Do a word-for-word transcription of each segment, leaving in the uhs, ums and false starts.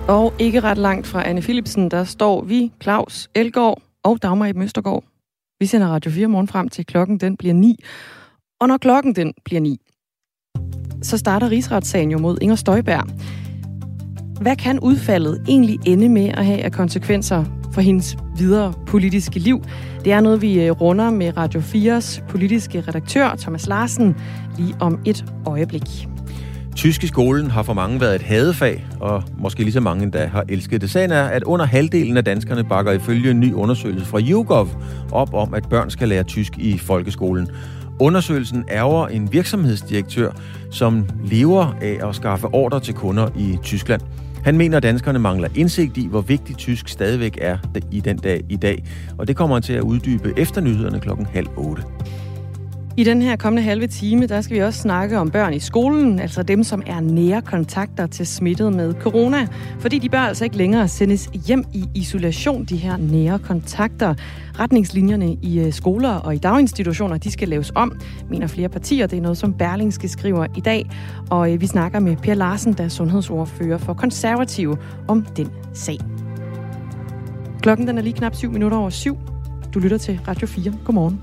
Og ikke ret langt fra Anne Philipsen, der står vi, Claus Elgaard og Dagmar Eben Østergaard. Vi sender Radio fire morgen frem til klokken den bliver ni. Og når klokken den bliver ni, så starter rigsretssagen jo mod Inger Støjberg. Hvad kan udfaldet egentlig ende med at have af konsekvenser for hendes videre politiske liv? Det er noget, vi runder med Radio fires politiske redaktør, Thomas Larsen, lige om et øjeblik. Tysk i skolen har for mange været et hadefag, og måske lige så mange endda har elsket det. Sagen er, at under halvdelen af danskerne bakker ifølge en ny undersøgelse fra YouGov op om, at børn skal lære tysk i folkeskolen. Undersøgelsen ærger en virksomhedsdirektør, som lever af at skaffe ordre til kunder i Tyskland. Han mener, at danskerne mangler indsigt i, hvor vigtigt tysk stadigvæk er i den dag i dag. Og det kommer han til at uddybe efter nyhederne klokken halv otte. I den her kommende halve time, der skal vi også snakke om børn i skolen, altså dem, som er nære kontakter til smittet med corona. Fordi de bør altså ikke længere sendes hjem i isolation, de her nære kontakter. Retningslinjerne i skoler og i daginstitutioner, de skal laves om, mener flere partier. Det er noget, som Berlingske skriver i dag. Og vi snakker med Per Larsen, der er sundhedsordfører for Konservative, om den sag. Klokken den er lige knap syv minutter over syv. Du lytter til Radio fire. Godmorgen.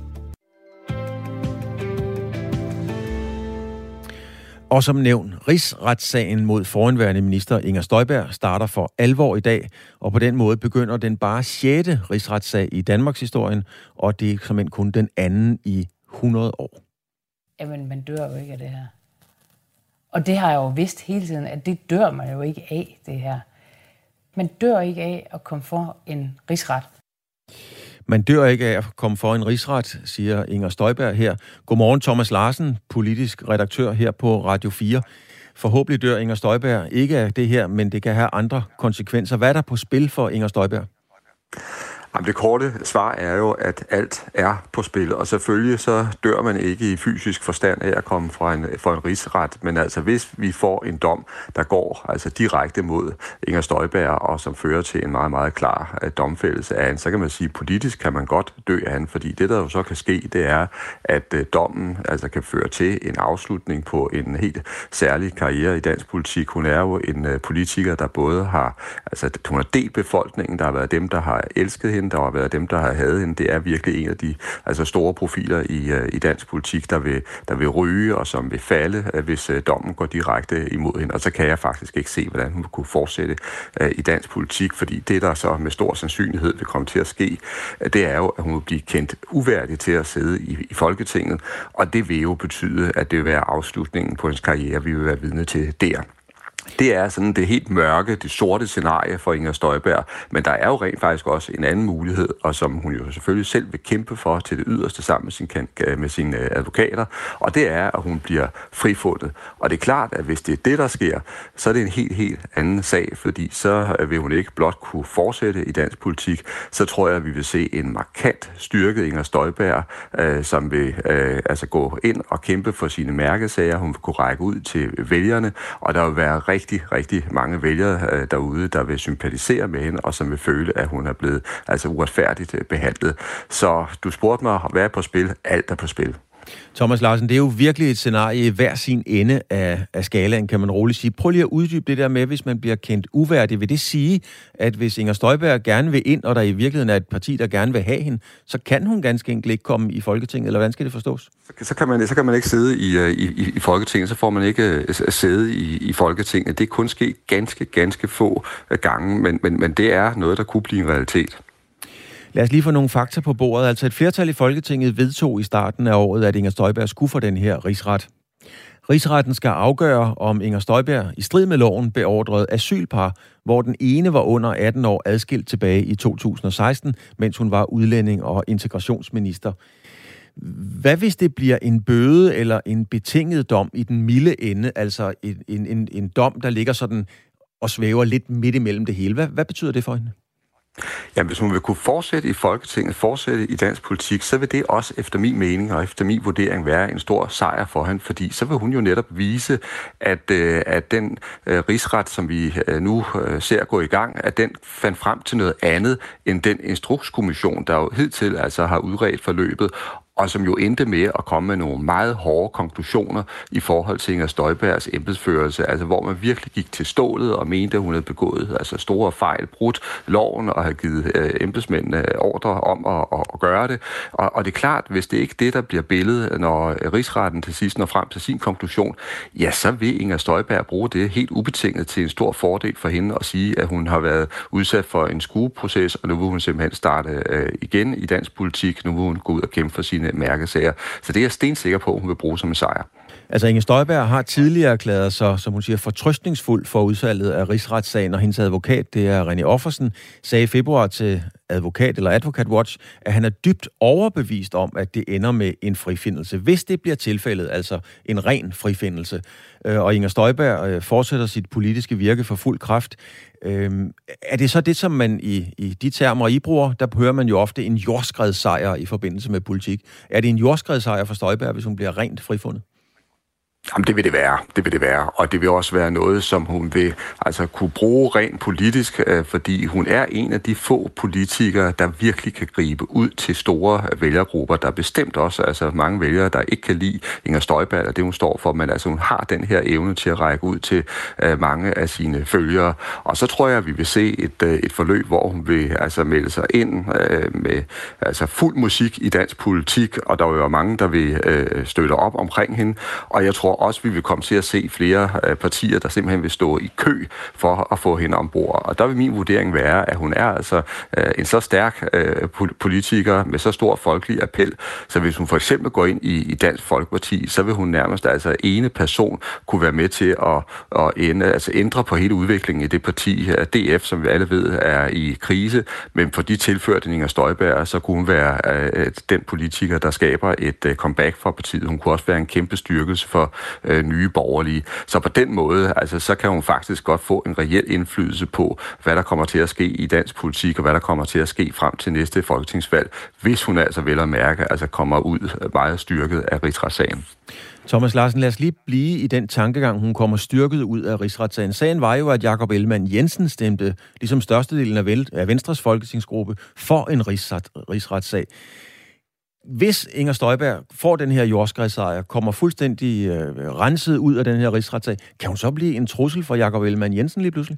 Og som nævnt, rigsretssagen mod forhenværende minister Inger Støjberg starter for alvor i dag, og på den måde begynder den bare sjette rigsretssag i Danmarks historien, og det er som kun den anden i hundrede år. Jamen, man dør jo ikke af det her. Og det har jeg jo vidst hele tiden, at det dør man jo ikke af, det her. Man dør ikke af at komme for en rigsret. Man dør ikke af at komme for en rigsret, siger Inger Støjberg her. Godmorgen, Thomas Larsen, politisk redaktør her på Radio fire. Forhåbentlig dør Inger Støjberg ikke af det her, men det kan have andre konsekvenser. Hvad er der på spil for Inger Støjberg? Jamen, det korte svar er jo, at alt er på spil, og selvfølgelig så dør man ikke i fysisk forstand af at komme fra en, fra en rigsret, men altså hvis vi får en dom, der går altså direkte mod Inger Støjberg, og som fører til en meget, meget klar uh, domfældelse af hende, så kan man sige, at politisk kan man godt dø af hende, fordi det, der jo så kan ske, det er, at uh, dommen altså kan føre til en afslutning på en helt særlig karriere i dansk politik. Hun er jo en uh, politiker, der både har, altså hun har delt befolkningen, der har været dem, der har elsket hende, der har været dem, der har hadet hende. Det er virkelig en af de altså store profiler i, uh, i dansk politik, der vil, der vil ryge og som vil falde, uh, hvis uh, dommen går direkte imod hende. Og så kan jeg faktisk ikke se, hvordan hun vil kunne fortsætte uh, i dansk politik, fordi det, der så med stor sandsynlighed vil komme til at ske, uh, det er jo, at hun vil blive kendt uværdig til at sidde i, i Folketinget, og det vil jo betyde, at det vil være afslutningen på hendes karriere, vi vil være vidne til der. Det er sådan det helt mørke, det sorte scenarie for Inger Støjberg, men der er jo rent faktisk også en anden mulighed, og som hun jo selvfølgelig selv vil kæmpe for til det yderste sammen med, sin, med sine advokater, og det er, at hun bliver frifundet. Og det er klart, at hvis det er det, der sker, så er det en helt, helt anden sag, fordi så vil hun ikke blot kunne fortsætte i dansk politik, så tror jeg, at vi vil se en markant styrket Inger Støjberg, øh, som vil øh, altså gå ind og kæmpe for sine mærkesager. Hun vil kunne række ud til vælgerne, og der vil være rigtig, rigtig mange vælgere øh, derude, der vil sympatisere med hende, og som vil føle, at hun er blevet altså uretfærdigt øh, behandlet. Så du spurgte mig, hvad er på spil? Alt er på spil. Thomas Larsen, det er jo virkelig et scenarie i hver sin ende af, af skalaen, kan man roligt sige. Prøv lige at uddybe det der med, hvis man bliver kendt uværdig. Vil det sige, at hvis Inger Støjberg gerne vil ind, og der i virkeligheden er et parti, der gerne vil have hende, så kan hun ganske enkelt ikke komme i Folketinget, eller hvordan skal det forstås? Så kan man, så kan man ikke sidde i, i, i Folketinget, så får man ikke sidde i, i Folketinget. Det er kun sket ganske, ganske få gange, men, men, men det er noget, der kunne blive en realitet. Lad os lige få nogle fakta på bordet. Altså et flertal i Folketinget vedtog i starten af året, at Inger Støjberg skulle få den her rigsret. Rigsretten skal afgøre, om Inger Støjberg i strid med loven beordrede asylpar, hvor den ene var under atten år adskilt tilbage i to tusind og seksten, mens hun var udlænding- og integrationsminister. Hvad hvis det bliver en bøde eller en betinget dom i den milde ende, altså en, en, en dom, der ligger sådan og svæver lidt midt imellem det hele? Hvad, hvad betyder det for hende? Jamen, hvis hun vil kunne fortsætte i Folketinget, fortsætte i dansk politik, så vil det også efter min mening og efter min vurdering være en stor sejr for hende, fordi så vil hun jo netop vise, at, øh, at den øh, rigsret, som vi øh, nu øh, ser gå i gang, at den fandt frem til noget andet end den instrukskommission, der jo hidtil altså har udredt forløbet. og som jo endte med at komme med nogle meget hårde konklusioner i forhold til Inger Støjbergs embedsførelse, altså hvor man virkelig gik til stålet og mente, at hun havde begået altså store fejl, brudt loven og havde givet øh, embedsmændene ordre om at, at, at gøre det. Og, og det er klart, hvis det ikke er det, der bliver billedet, når rigsretten til sidst når frem til sin konklusion, ja, så vil Inger Støjberg bruge det helt ubetinget til en stor fordel for hende at sige, at hun har været udsat for en skueproces, og nu vil hun simpelthen starte øh, igen i dansk politik. Nu vil hun gå ud og kæmpe for sine mærkesager. Så det er jeg stensikker på, at hun vil bruge som en sejr. Altså Inger Støjberg har tidligere erklæret sig, som hun siger, fortrøstningsfuld for udsalget af rigsretssagen, og hendes advokat, det er René Offersen, sagde i februar til advokat eller Advocate Watch, at han er dybt overbevist om, at det ender med en frifindelse. Hvis det bliver tilfældet, altså en ren frifindelse, og Inger Støjberg fortsætter sit politiske virke for fuld kraft, er det så det, som man i, i de termer, I bruger, der hører man jo ofte en jordskredssejr i forbindelse med politik. Er det en jordskredssejr for Støjberg, hvis hun bliver rent frifundet? Jamen, det vil det være. Det vil det være. Og det vil også være noget, som hun vil altså kunne bruge rent politisk, øh, fordi hun er en af de få politikere, der virkelig kan gribe ud til store vælgergrupper. Der er bestemt også altså mange vælgere, der ikke kan lide Inger Støjberg og det, hun står for, men altså hun har den her evne til at række ud til øh, mange af sine følgere. Og så tror jeg, at vi vil se et, øh, et forløb, hvor hun vil altså melde sig ind øh, med altså fuld musik i dansk politik, og der vil være mange, der vil øh, støtte op omkring hende. Og jeg tror også, vi vil komme til at se flere øh, partier, der simpelthen vil stå i kø for at få hende ombord. Og der vil min vurdering være, at hun er altså øh, en så stærk øh, politiker med så stor folkelig appel, så hvis hun for eksempel går ind i, i Dansk Folkeparti, så vil hun nærmest altså ene person kunne være med til at, at ende, altså ændre på hele udviklingen i det parti her, D F, som vi alle ved er i krise, men for de tilførte Inger Støjberg, så kunne hun være øh, den politiker, der skaber et øh, comeback for partiet. Hun kunne også være en kæmpe styrkelse for øh, nye borgerlige. Så på den måde, altså, så kan hun faktisk godt få en reel indflydelse på, hvad der kommer til at ske i dansk politik, og hvad der kommer til at ske frem til næste folketingsvalg, hvis hun altså vel at mærke, altså kommer ud meget styrket af rigsretssagen. Thomas Larsen, lad os lige blive i den tankegang, hun kommer styrket ud af rigsretssagen. Sagen var jo, at Jakob Ellemann-Jensen stemte, ligesom størstedelen af Venstres folketingsgruppe, for en rigsret, rigsretssag. Hvis Inger Støjberg får den her jordskredssejr, kommer fuldstændig øh, renset ud af den her rigsretssag, kan hun så blive en trussel for Jakob Ellemann-Jensen lige pludselig?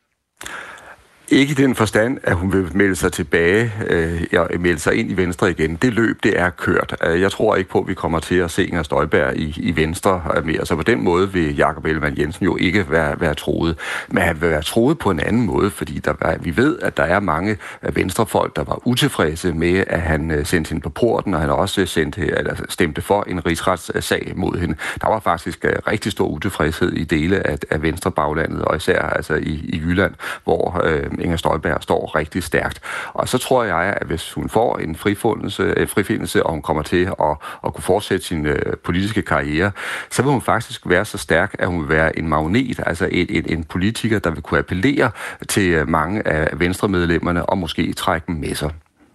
Ikke i den forstand, at hun vil melde sig tilbage øh, og melde sig ind i Venstre igen. Det løb, det er kørt. Jeg tror ikke på, at vi kommer til at se Inger Støjberg i, i Venstre mere. Så på den måde vil Jakob Ellemann-Jensen jo ikke være, være troet. Men han vil være troet på en anden måde, fordi der, vi ved, at der er mange venstrefolk, der var utilfredse med, at han sendte hende på porten, og han også sendte, eller stemte for en rigsretssag mod hende. Der var faktisk rigtig stor utilfredshed i dele af, af Venstre-baglandet, og især altså i, i Jylland, hvor øh, Inger Støjberg står rigtig stærkt. Og så tror jeg, at hvis hun får en frifindelse, frifindelse og hun kommer til at, at kunne fortsætte sin øh, politiske karriere, så vil hun faktisk være så stærk, at hun vil være en magnet, altså et, et, en politiker, der vil kunne appellere til mange af Venstre-medlemmerne og måske trække dem med sig.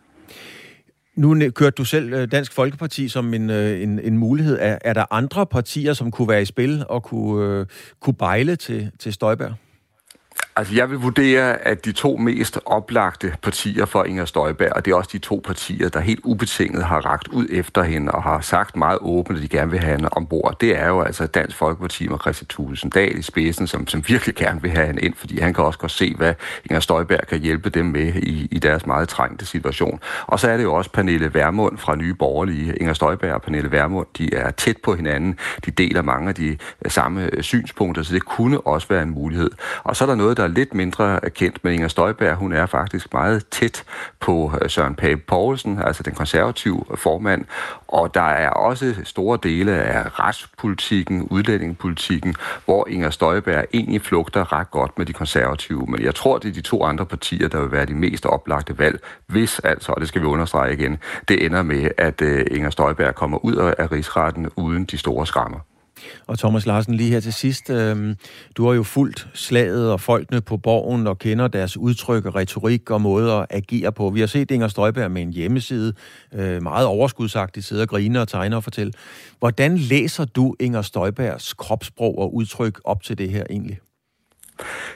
Nu kørte du selv Dansk Folkeparti som en, en, en mulighed. Er, er der andre partier, som kunne være i spil og kunne, kunne bejle til, til Støjberg? Altså, jeg vil vurdere, at de to mest oplagte partier for Inger Støjberg, og det er også de to partier, der helt ubetinget har rakt ud efter hende og har sagt meget åbent, at de gerne vil have hende ombord. Det er jo altså Dansk Folkeparti med Kristian Thulesen Dahl i spidsen, som, som virkelig gerne vil have hende ind, fordi han kan også godt se, hvad Inger Støjberg kan hjælpe dem med i, i deres meget trængte situation. Og så er det jo også Pernille Vermund fra Nye Borgerlige. Inger Støjberg og Pernille Vermund, de er tæt på hinanden. De deler mange af de samme synspunkter, så det kunne også være en mulighed. Og så er der noget, der er lidt mindre kendt med Inger Støjberg. Hun er faktisk meget tæt på Søren Pape Poulsen, altså den konservative formand, og der er også store dele af retspolitikken, udlændingepolitikken, hvor Inger Støjberg egentlig flugter ret godt med de konservative. Men jeg tror, det er de to andre partier, der vil være de mest oplagte valg, hvis altså, og det skal vi understrege igen, det ender med, at Inger Støjberg kommer ud af rigsretten uden de store skrammer. Og Thomas Larsen, lige her til sidst. Øh, du har jo fulgt slaget og folkene på Borgen og kender deres udtryk og retorik og måder at agere på. Vi har set Inger Støjberg med en hjemmeside, øh, meget overskudsagtigt, sidder og griner og tegner og fortæller. Hvordan læser du Inger Støjbergs kropssprog og udtryk op til det her egentlig?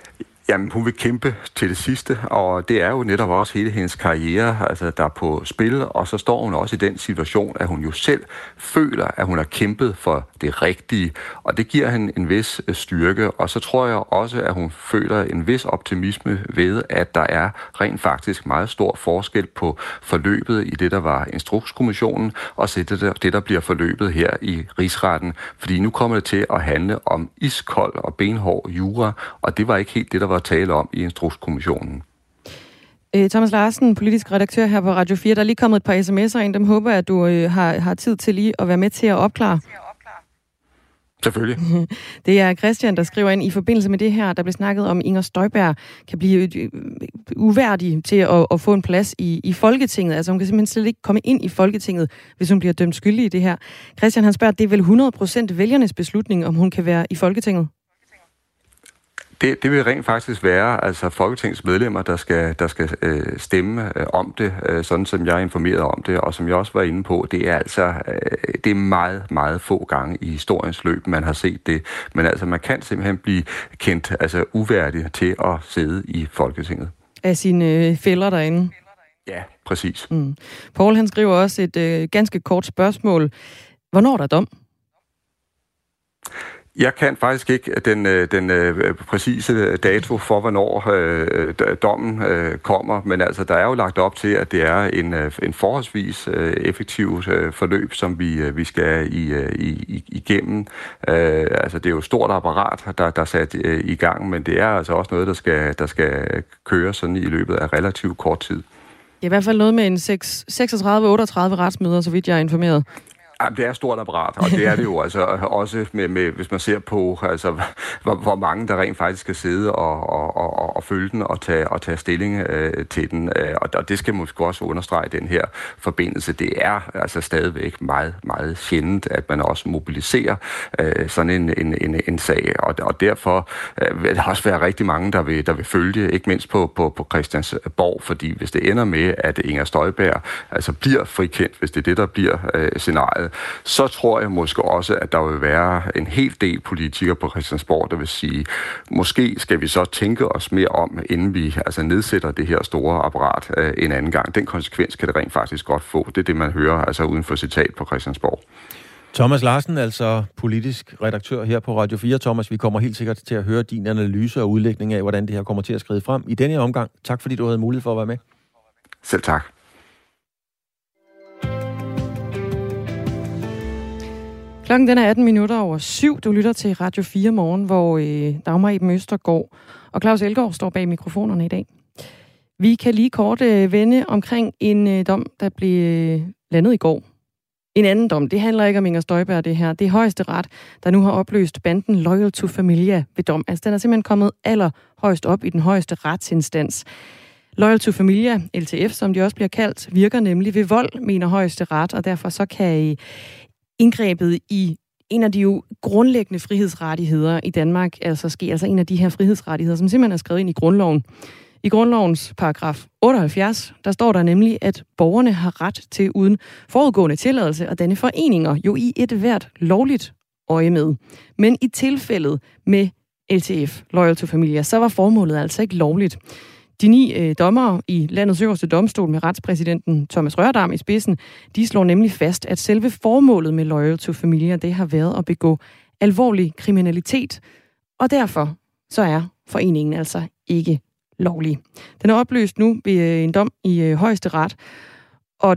Jamen, hun vil kæmpe til det sidste, og det er jo netop også hele hendes karriere, altså, der er på spil, og så står hun også i den situation, at hun jo selv føler, at hun har kæmpet for det rigtige, og det giver hende en vis styrke, og så tror jeg også, at hun føler en vis optimisme ved, at der er rent faktisk meget stor forskel på forløbet i det, der var Instrukskommissionen, og så det, der, det, der bliver forløbet her i Rigsretten, fordi nu kommer det til at handle om iskold og benhård jura, og det var ikke helt det, der var tale om i Instrukskommissionen. Øh, Thomas Larsen, politisk redaktør her på Radio fire. Der er lige kommet et par sms'er ind. Dem håber jeg, at du øh, har, har tid til lige at være med til at opklare. Selvfølgelig. Det er Christian, der skriver ind i forbindelse med det her, der blev snakket om, Inger Støjberg kan blive uværdig til at, at få en plads i, i Folketinget. Altså hun kan simpelthen slet ikke komme ind i Folketinget, hvis hun bliver dømt skyldig i det her. Christian, han spørger, det er vel hundrede procent vælgernes beslutning, om hun kan være i Folketinget? Det, det vil rent faktisk være altså Folketingets medlemmer, der skal, der skal øh, stemme øh, om det, øh, sådan som jeg er informeret om det, og som jeg også var inde på. Det er altså øh, det er meget, meget få gange i historiens løb, man har set det. Men altså, man kan simpelthen blive kendt altså uværdig til at sidde i Folketinget. Af sine øh, fælder derinde? Ja, præcis. Mm. Poul, han skriver også et øh, ganske kort spørgsmål. Hvornår er der dom? Jeg kan faktisk ikke den, den øh, præcise dato for, hvornår øh, dommen øh, kommer, men altså, der er jo lagt op til, at det er en, en forholdsvis øh, effektiv øh, forløb, som vi, øh, vi skal i, øh, i, igennem. Øh, altså, det er jo et stort apparat, der, der er sat øh, i gang, men det er altså også noget, der skal, der skal køre sådan i løbet af relativt kort tid. Det er i hvert fald noget med en seksogtredive otteogtredive retsmøder, så vidt jeg er informeret. Jamen, det er et stort apparat, og det er det jo altså også, med, med, hvis man ser på, altså, hvor, hvor mange der rent faktisk skal sidde og, og, og, og følge den og tage, og tage stilling øh, til den. Og, og det skal måske også understrege den her forbindelse. Det er altså stadigvæk meget, meget sjældent, at man også mobiliserer øh, sådan en, en, en, en sag. Og, og derfor øh, vil der også være rigtig mange, der vil, der vil følge, ikke mindst på, på, på Christiansborg, fordi hvis det ender med, at Inger Støjberg altså bliver frikendt, hvis det er det, der bliver øh, scenariet, så tror jeg måske også, at der vil være en hel del politikere på Christiansborg, der vil sige, måske skal vi så tænke os mere om, inden vi altså nedsætter det her store apparat øh, en anden gang. Den konsekvens kan det rent faktisk godt få. Det er det, man hører altså uden for citat på Christiansborg. Thomas Larsen, altså politisk redaktør her på Radio fire. Thomas, vi kommer helt sikkert til at høre din analyse og udlægning af, hvordan det her kommer til at skride frem i denne omgang. Tak fordi du havde mulighed for at være med. Selv tak. Klokken den er atten minutter over syv. Du lytter til Radio fire Morgen, hvor øh, Dagmar Iben Østergaard og Claus Elgaard står bag mikrofonerne i dag. Vi kan lige kort øh, vende omkring en øh, dom, der blev øh, landet i går. En anden dom, det handler ikke om Inger Støjberg, det her. Det er Højesteret, der nu har opløst banden Loyal to Familia ved dom. Altså, den er simpelthen kommet allerhøjst op i den højeste retsinstans. Loyal to Familia, L T F, som de også bliver kaldt, virker nemlig ved vold, mener Højesteret, og derfor så kan I indgrebet i en af de jo grundlæggende frihedsrettigheder i Danmark, altså sker altså en af de her frihedsrettigheder, som simpelthen er skrevet ind i grundloven. I grundlovens paragraf otteoghalvfjerds, der står der nemlig, at borgerne har ret til uden forudgående tilladelse at danne foreninger jo i et hvert lovligt øje med. Men i tilfældet med L T F, Loyal to Familia, så var formålet altså ikke lovligt. De ni øh, dommere i landets øverste domstol med retspræsidenten Thomas Rørdam i spidsen, de slår nemlig fast, at selve formålet med Loyal to Familia, det har været at begå alvorlig kriminalitet, og derfor så er foreningen altså ikke lovlig. Den er opløst nu ved øh, en dom i øh, Højesteret, og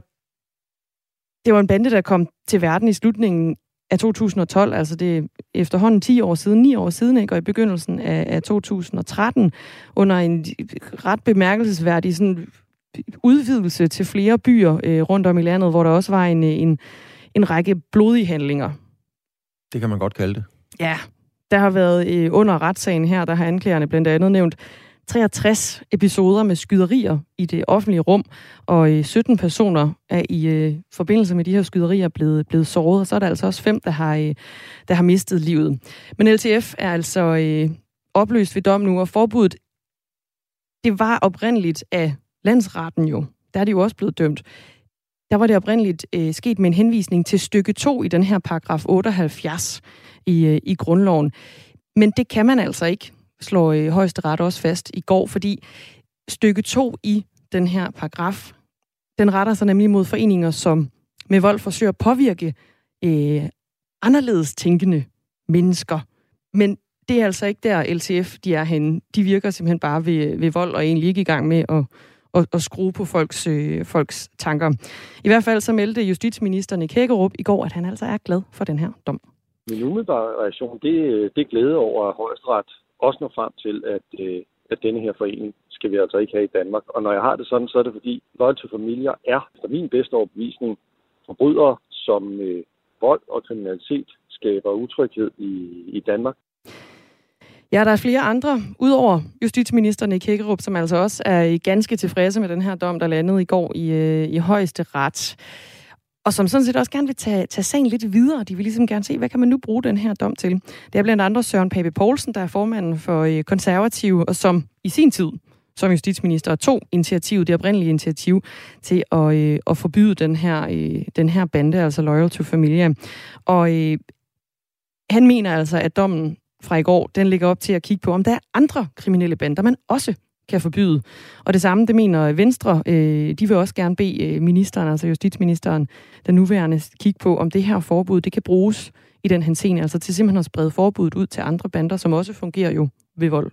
det var en bande, der kom til verden i slutningen af to tusind og tolv, altså det er efterhånden ti år siden, ni år siden, ikke? Og i begyndelsen af, af to tusind og tretten, under en ret bemærkelsesværdig sådan, udvidelse til flere byer øh, rundt om i landet, hvor der også var en, en, en række blodige handlinger. Det kan man godt kalde det. Ja, der har været øh, under retssagen her, der har anklagerne blandt andet nævnt treogtres episoder med skyderier i det offentlige rum, og sytten personer er i øh, forbindelse med de her skyderier blevet, blevet såret, og så er der altså også fem, der har, øh, der har mistet livet. Men L T F er altså øh, opløst ved dom nu, og forbuddet, det var oprindeligt af landsretten jo. Der er de jo også blevet dømt. Der var det oprindeligt øh, sket med en henvisning til stykke to i den her paragraf otteoghalvfjerds i, øh, i grundloven. Men det kan man altså ikke slår øh, højesteret også fast i går, fordi stykke to i den her paragraf, den retter sig nemlig mod foreninger, som med vold forsøger at påvirke øh, anderledes tænkende mennesker. Men det er altså ikke der, L T F de er henne. De virker simpelthen bare ved, ved vold og egentlig ikke i gang med at, at, at skrue på folks, øh, folks tanker. I hvert fald så meldte justitsministeren i Hækkerup i går, at han altså er glad for den her dom. Min umiddelbare reaktion, det, det er glæde over, at højesteret også når frem til, at, øh, at denne her forening skal vi altså ikke have i Danmark. Og når jeg har det sådan, så er det fordi, Loyal to Familia er, efter min bedste overbevisning, forbrydere, som øh, vold og kriminalitet skaber utryghed i, i Danmark. Ja, der er flere andre, udover justitsministeren i Hækkerup, som altså også er ganske tilfredse med den her dom, der landede i går i, øh, i højesteret. Og som sådan set også gerne vil tage, tage sagen lidt videre. De vil ligesom gerne se, hvad kan man nu bruge den her dom til. Det er blandt andre Søren Pape Poulsen, der er formanden for øh, Konservative, og som i sin tid som justitsminister tog initiativet, det oprindelige initiativ, til at, øh, at forbyde den her, øh, den her bande, altså Loyal to Familia. Og øh, han mener altså, at dommen fra i går, den ligger op til at kigge på, om der er andre kriminelle bander, man også kan forbyde. Og det samme, det mener Venstre. Øh, de vil også gerne bede ministeren, altså justitsministeren, den nuværende, kigge på, om det her forbud, det kan bruges i den henseende, altså til simpelthen at sprede forbuddet ud til andre bander, som også fungerer jo ved vold.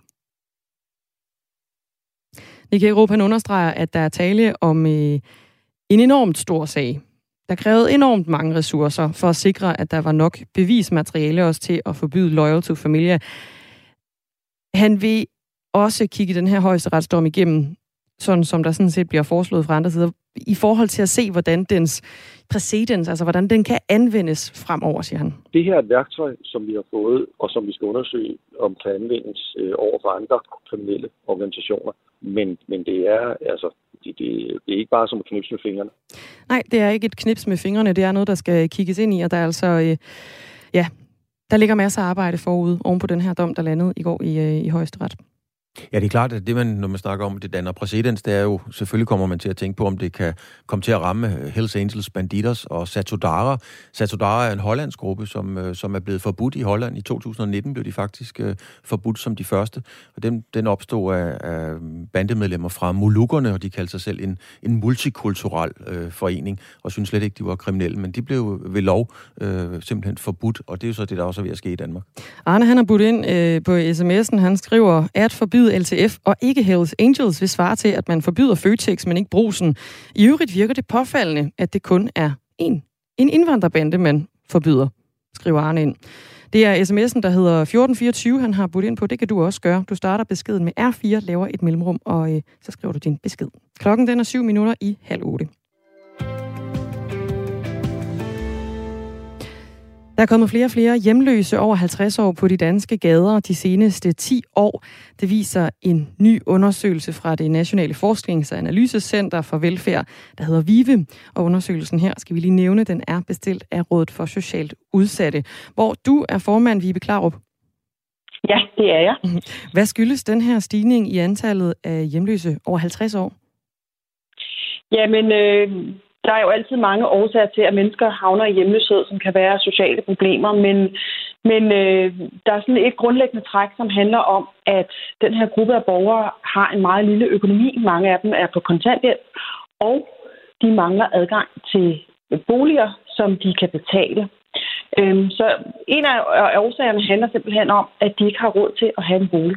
Nick Hækkerup, han understreger, at der er tale om øh, en enormt stor sag. Der krævede enormt mange ressourcer for at sikre, at der var nok bevismateriale også til at forbyde Loyal to Familia. Han vil også kigge den her højesteretsdom igennem, sådan som der sådan set bliver foreslået fra andre sider, i forhold til at se, hvordan dens præcedens, altså hvordan den kan anvendes fremover, siger han. Det her er et værktøj, som vi har fået, og som vi skal undersøge, om kan anvendes øh, over for andre kriminelle organisationer. Men, men det er altså det, det, det er ikke bare som at knipse med fingrene. Nej, det er ikke et knips med fingrene. Det er noget, der skal kigges ind i, og der er altså, øh, ja, der ligger masser af arbejde forud oven på den her dom, der landede i går i, øh, i højesteret. Ja, det er klart, at det, man, når man snakker om, det danner præcedens, det er jo, selvfølgelig kommer man til at tænke på, om det kan komme til at ramme Hells Angels, Bandidos og Satudarah. Satudarah er en hollandsk gruppe, som, som er blevet forbudt i Holland. I to tusind nitten blev de faktisk uh, forbudt som de første. Og den, den opstod af, af bandemedlemmer fra Molukkerne, og de kaldte sig selv en, en multikulturel uh, forening, og synes slet ikke, de var kriminelle. Men de blev ved lov uh, simpelthen forbudt, og det er jo så det, der også er ved at ske i Danmark. Arne, han har budt ind uh, på sms'en. Han skriver, at forbyde L T F og ikke Hells Angels vil svare til, at man forbyder Føtex, men ikke Brugsen. I øvrigt virker det påfaldende, at det kun er en, en indvandrerbande, man forbyder, skriver Arne ind. Det er sms'en, der hedder fjorten fireogtyve, han har budt ind på. Det kan du også gøre. Du starter beskeden med R fire, laver et mellemrum, og øh, så skriver du din besked. Klokken den er syv minutter i halv otte. Der er kommet flere og flere hjemløse over halvtreds år på de danske gader de seneste ti år. Det viser en ny undersøgelse fra det Nationale Forsknings- og Analysecenter for Velfærd, der hedder VIVE. Og undersøgelsen her, skal vi lige nævne, den er bestilt af Rådet for Socialt Udsatte, hvor du er formand, Vibe Klarup. Ja, det er jeg. Hvad skyldes den her stigning i antallet af hjemløse over halvtreds år? Jamen, øh... der er jo altid mange årsager til, at mennesker havner i hjemløshed, som kan være sociale problemer, men, men øh, der er sådan et grundlæggende træk, som handler om, at den her gruppe af borgere har en meget lille økonomi. Mange af dem er på kontanthjælp, og de mangler adgang til boliger, som de kan betale. Øhm, så en af årsagerne handler simpelthen om, at de ikke har råd til at have en bolig.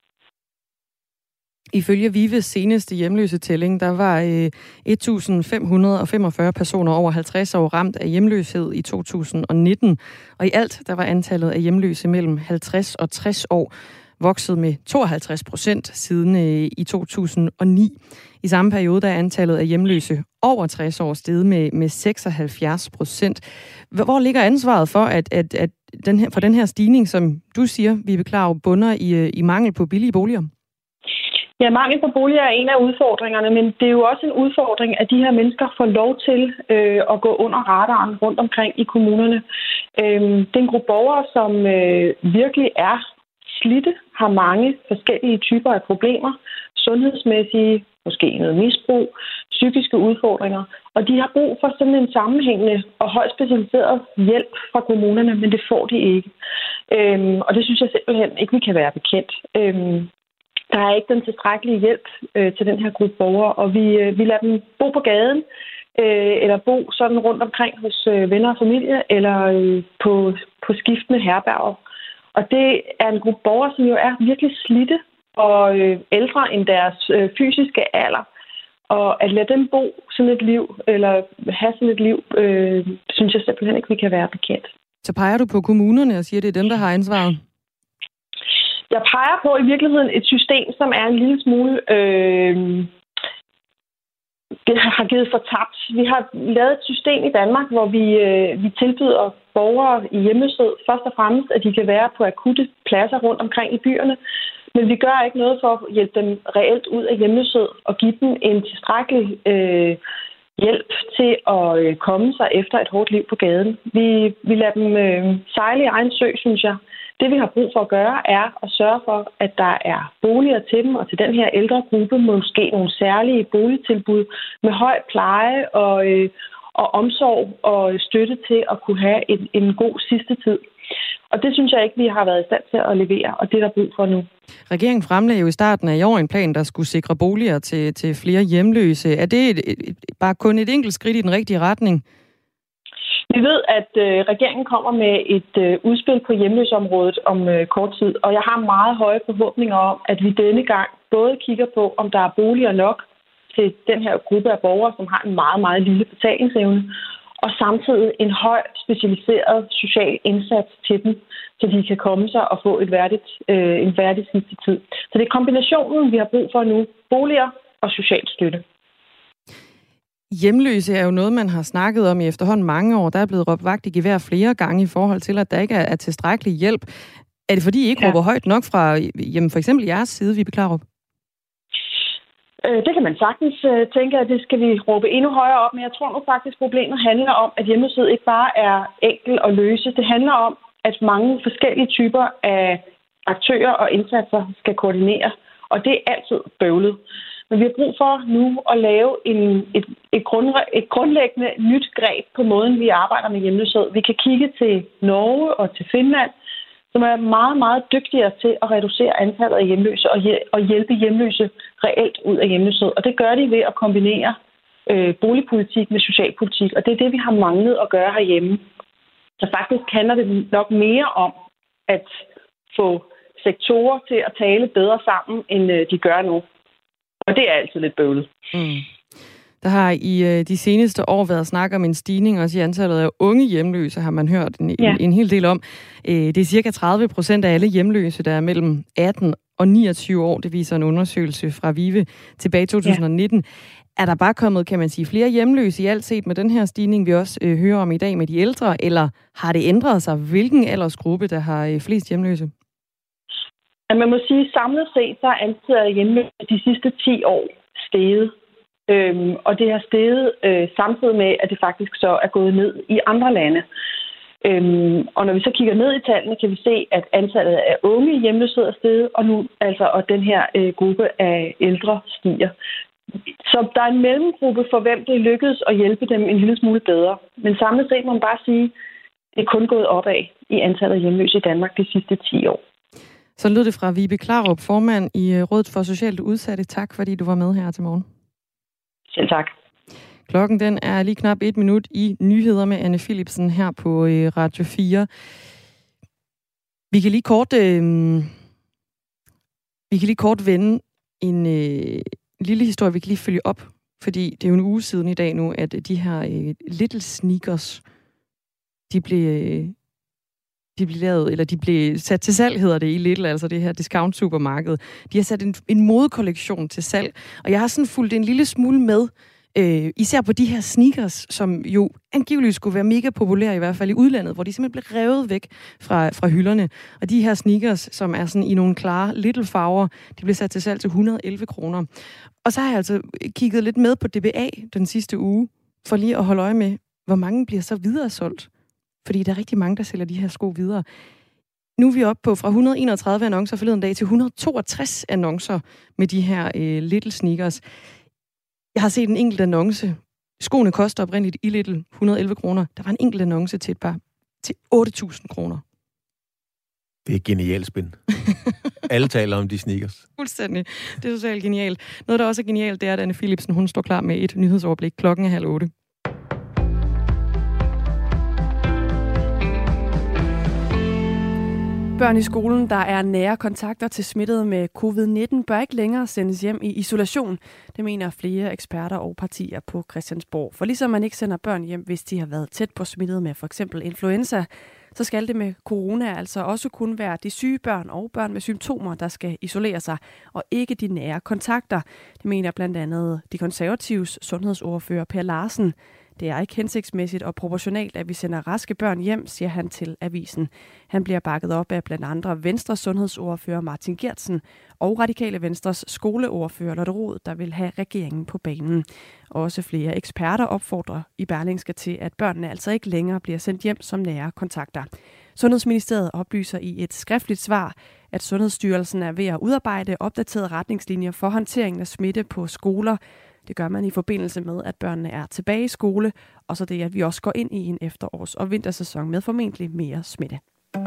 Ifølge VIVEs seneste hjemløsetælling, der var øh, et tusind fem hundrede og femogfyrre personer over halvtreds år ramt af hjemløshed i to tusind nitten. Og i alt, der var antallet af hjemløse mellem halvtreds og tres år vokset med tooghalvtreds procent siden øh, i to tusind ni. I samme periode, der er antallet af hjemløse over tres år steget med, med seksoghalvfjerds procent. Hvor ligger ansvaret for, at, at, at den her, for den her stigning, som du siger, Vibe Klarup, bunder i, i mangel på billige boliger? Ja, mangel på boliger er en af udfordringerne, men det er jo også en udfordring, at de her mennesker får lov til øh, at gå under radaren rundt omkring i kommunerne. Øh, det er en gruppe borgere, som øh, virkelig er slidte har mange forskellige typer af problemer, sundhedsmæssige, måske noget misbrug, psykiske udfordringer, og de har brug for sådan en sammenhængende og højt specialiseret hjælp fra kommunerne, men det får de ikke. Øhm, og det synes jeg simpelthen ikke, vi kan være bekendt. Øhm, der er ikke den tilstrækkelige hjælp øh, til den her gruppe borgere, og vi, øh, vi lader dem bo på gaden, øh, eller bo sådan rundt omkring hos øh, venner og familie, eller øh, på, på skiftende herberger. Og det er en gruppe borgere, som jo er virkelig slidte og øh, ældre end deres øh, fysiske alder. Og at lade dem bo sådan et liv, eller have sådan et liv, øh, synes jeg simpelthen ikke, vi kan være bekendt. Så peger du på kommunerne og siger, at det er dem, der har ansvaret? Jeg peger på i virkeligheden et system, som er en lille smule øh, det har givet fortabt. Vi har lavet et system i Danmark, hvor vi, øh, vi tilbyder borgere i hjemløshed først og fremmest, at de kan være på akutte pladser rundt omkring i byerne. Men vi gør ikke noget for at hjælpe dem reelt ud af hjemløshed og give dem en tilstrækkelig øh, hjælp til at øh, komme sig efter et hårdt liv på gaden. Vi, vi lader dem øh, sejle i egen sø, synes jeg. Det, vi har brug for at gøre, er at sørge for, at der er boliger til dem, og til den her ældre gruppe måske nogle særlige boligtilbud med høj pleje og, øh, og omsorg og støtte til at kunne have en, en god sidste tid. Og det synes jeg ikke, vi har været i stand til at levere, og det er der brug for nu. Regeringen fremlagde jo i starten af i år en plan, der skulle sikre boliger til, til flere hjemløse. Er det et, et, et, bare kun et enkelt skridt i den rigtige retning? Vi ved, at øh, regeringen kommer med et øh, udspil på hjemløseområdet om øh, kort tid, og jeg har meget høje forhåbninger om, at vi denne gang både kigger på, om der er boliger nok til den her gruppe af borgere, som har en meget, meget lille betalingsevne, og samtidig en højt specialiseret social indsats til dem, så de kan komme sig og få et værdigt, øh, en værdig sidste tid. Så det er kombinationen, vi har brug for nu. Boliger og social støtte. Hjemløse er jo noget, man har snakket om i efterhånden mange år. Der er blevet råbt vagt i gevær flere gange i forhold til, at der ikke er tilstrækkelig hjælp. Er det fordi, I ikke ja. råber højt nok fra jamen for eksempel jeres side, Vibe Klarup? Det kan man sagtens tænke, at det skal vi råbe endnu højere op, men jeg tror nu faktisk, problemet handler om, at hjemløshed ikke bare er enkel at løse. Det handler om, at mange forskellige typer af aktører og indsatser skal koordinere, og det er altid bøvlet. Men vi har brug for nu at lave en, et, et, grund, et grundlæggende nyt greb på måden, vi arbejder med hjemløshed. Vi kan kigge til Norge og til Finland, som er meget, meget dygtigere til at reducere antallet af hjemløse og hjælpe hjemløse reelt ud af hjemløshed. Og det gør de ved at kombinere øh, boligpolitik med socialpolitik, og det er det, vi har manglet at gøre herhjemme. Så faktisk handler det nok mere om at få sektorer til at tale bedre sammen, end øh, de gør nu. Og det er altid lidt bøvlet. Mm. Der har i øh, de seneste år været snak om en stigning også i antallet af unge hjemløse, har man hørt en, ja. en, en hel del om. Øh, det er cirka tredive procent af alle hjemløse, der er mellem atten og niogtyve år. Det viser en undersøgelse fra VIVE tilbage i to tusind nitten. Ja. Er der bare kommet, kan man sige, flere hjemløse i alt set med den her stigning, vi også øh, hører om i dag med de ældre, eller har det ændret sig? Hvilken aldersgruppe, der har øh, flest hjemløse? At man må sige, at samlet set, så er antallet af hjemløse de sidste ti år steget. Øhm, og det har steget øh, samtidig med, at det faktisk så er gået ned i andre lande. Øhm, og når vi så kigger ned i tallene, kan vi se, at antallet af unge hjemløshed er steget, og nu altså og den her øh, gruppe af ældre stiger. Så der er en mellemgruppe, for hvem det lykkedes at hjælpe dem en lille smule bedre. Men samlet set må man bare sige, at det er kun gået opad i antallet af hjemløse i Danmark de sidste ti år. Så lød det fra Vibe Klarup, formand i Rådet for Socialt Udsatte. Tak, fordi du var med her til morgen. Selv tak. Klokken den er lige knap et minut i nyheder med Anne Philipsen her på Radio fire. Vi kan lige kort, øh, vi kan lige kort vende en øh, lille historie, vi kan lige følge op. Fordi det er jo en uge siden i dag nu, at de her øh, Little Sneakers, de blev... Øh, De blev lavet, eller de blev sat til salg, hedder det i Lidl, altså det her discount-supermarked. De har sat en, en modekollektion til salg, og jeg har sådan fulgt en lille smule med, øh, især på de her sneakers, som jo angiveligt skulle være mega populære, i hvert fald i udlandet, hvor de simpelthen blev revet væk fra, fra hylderne. Og de her sneakers, som er sådan i nogle klare Lidl-farver, de blev sat til salg til et hundrede og elleve kroner. Og så har jeg altså kigget lidt med på D B A den sidste uge, for lige at holde øje med, hvor mange bliver så videre solgt. Fordi der er rigtig mange, der sælger de her sko videre. Nu er vi oppe på fra et hundrede og enogtredive annoncer forleden dag til et hundrede og toogtres annoncer med de her øh, Little sneakers. Jeg har set en enkelt annonce. Skoene koster oprindeligt i Little et hundrede og elleve kroner. Der var en enkelt annonce til et par til otte tusind kroner. Det er genialt spin. Alle taler om de sneakers. Fuldstændig. Det er totalt genialt. Noget, der også er genialt, det er, at Anne Philipsen, hun står klar med et nyhedsoverblik. Klokken er halv otte. Børn i skolen, der er nære kontakter til smittede med covid nitten, bør ikke længere sendes hjem i isolation. Det mener flere eksperter og partier på Christiansborg. For ligesom man ikke sender børn hjem, hvis de har været tæt på smittet med for eksempel influenza, så skal det med corona altså også kun være de syge børn og børn med symptomer, der skal isolere sig, og ikke de nære kontakter. Det mener blandt andet de konservatives sundhedsordfører Per Larsen. Det er ikke hensigtsmæssigt og proportionalt, at vi sender raske børn hjem, siger han til avisen. Han bliver bakket op af blandt andre Venstres sundhedsordfører Martin Geertsen og Radikale Venstres skoleordfører Lotte Rod, der vil have regeringen på banen. Også flere eksperter opfordrer i Berlingske til, at børnene altså ikke længere bliver sendt hjem som nære kontakter. Sundhedsministeriet oplyser i et skriftligt svar, at Sundhedsstyrelsen er ved at udarbejde opdaterede retningslinjer for håndteringen af smitte på skoler. Det gør man i forbindelse med, at børnene er tilbage i skole, og så det, at vi også går ind i en efterårs- og vintersæson med formentlig mere smitte.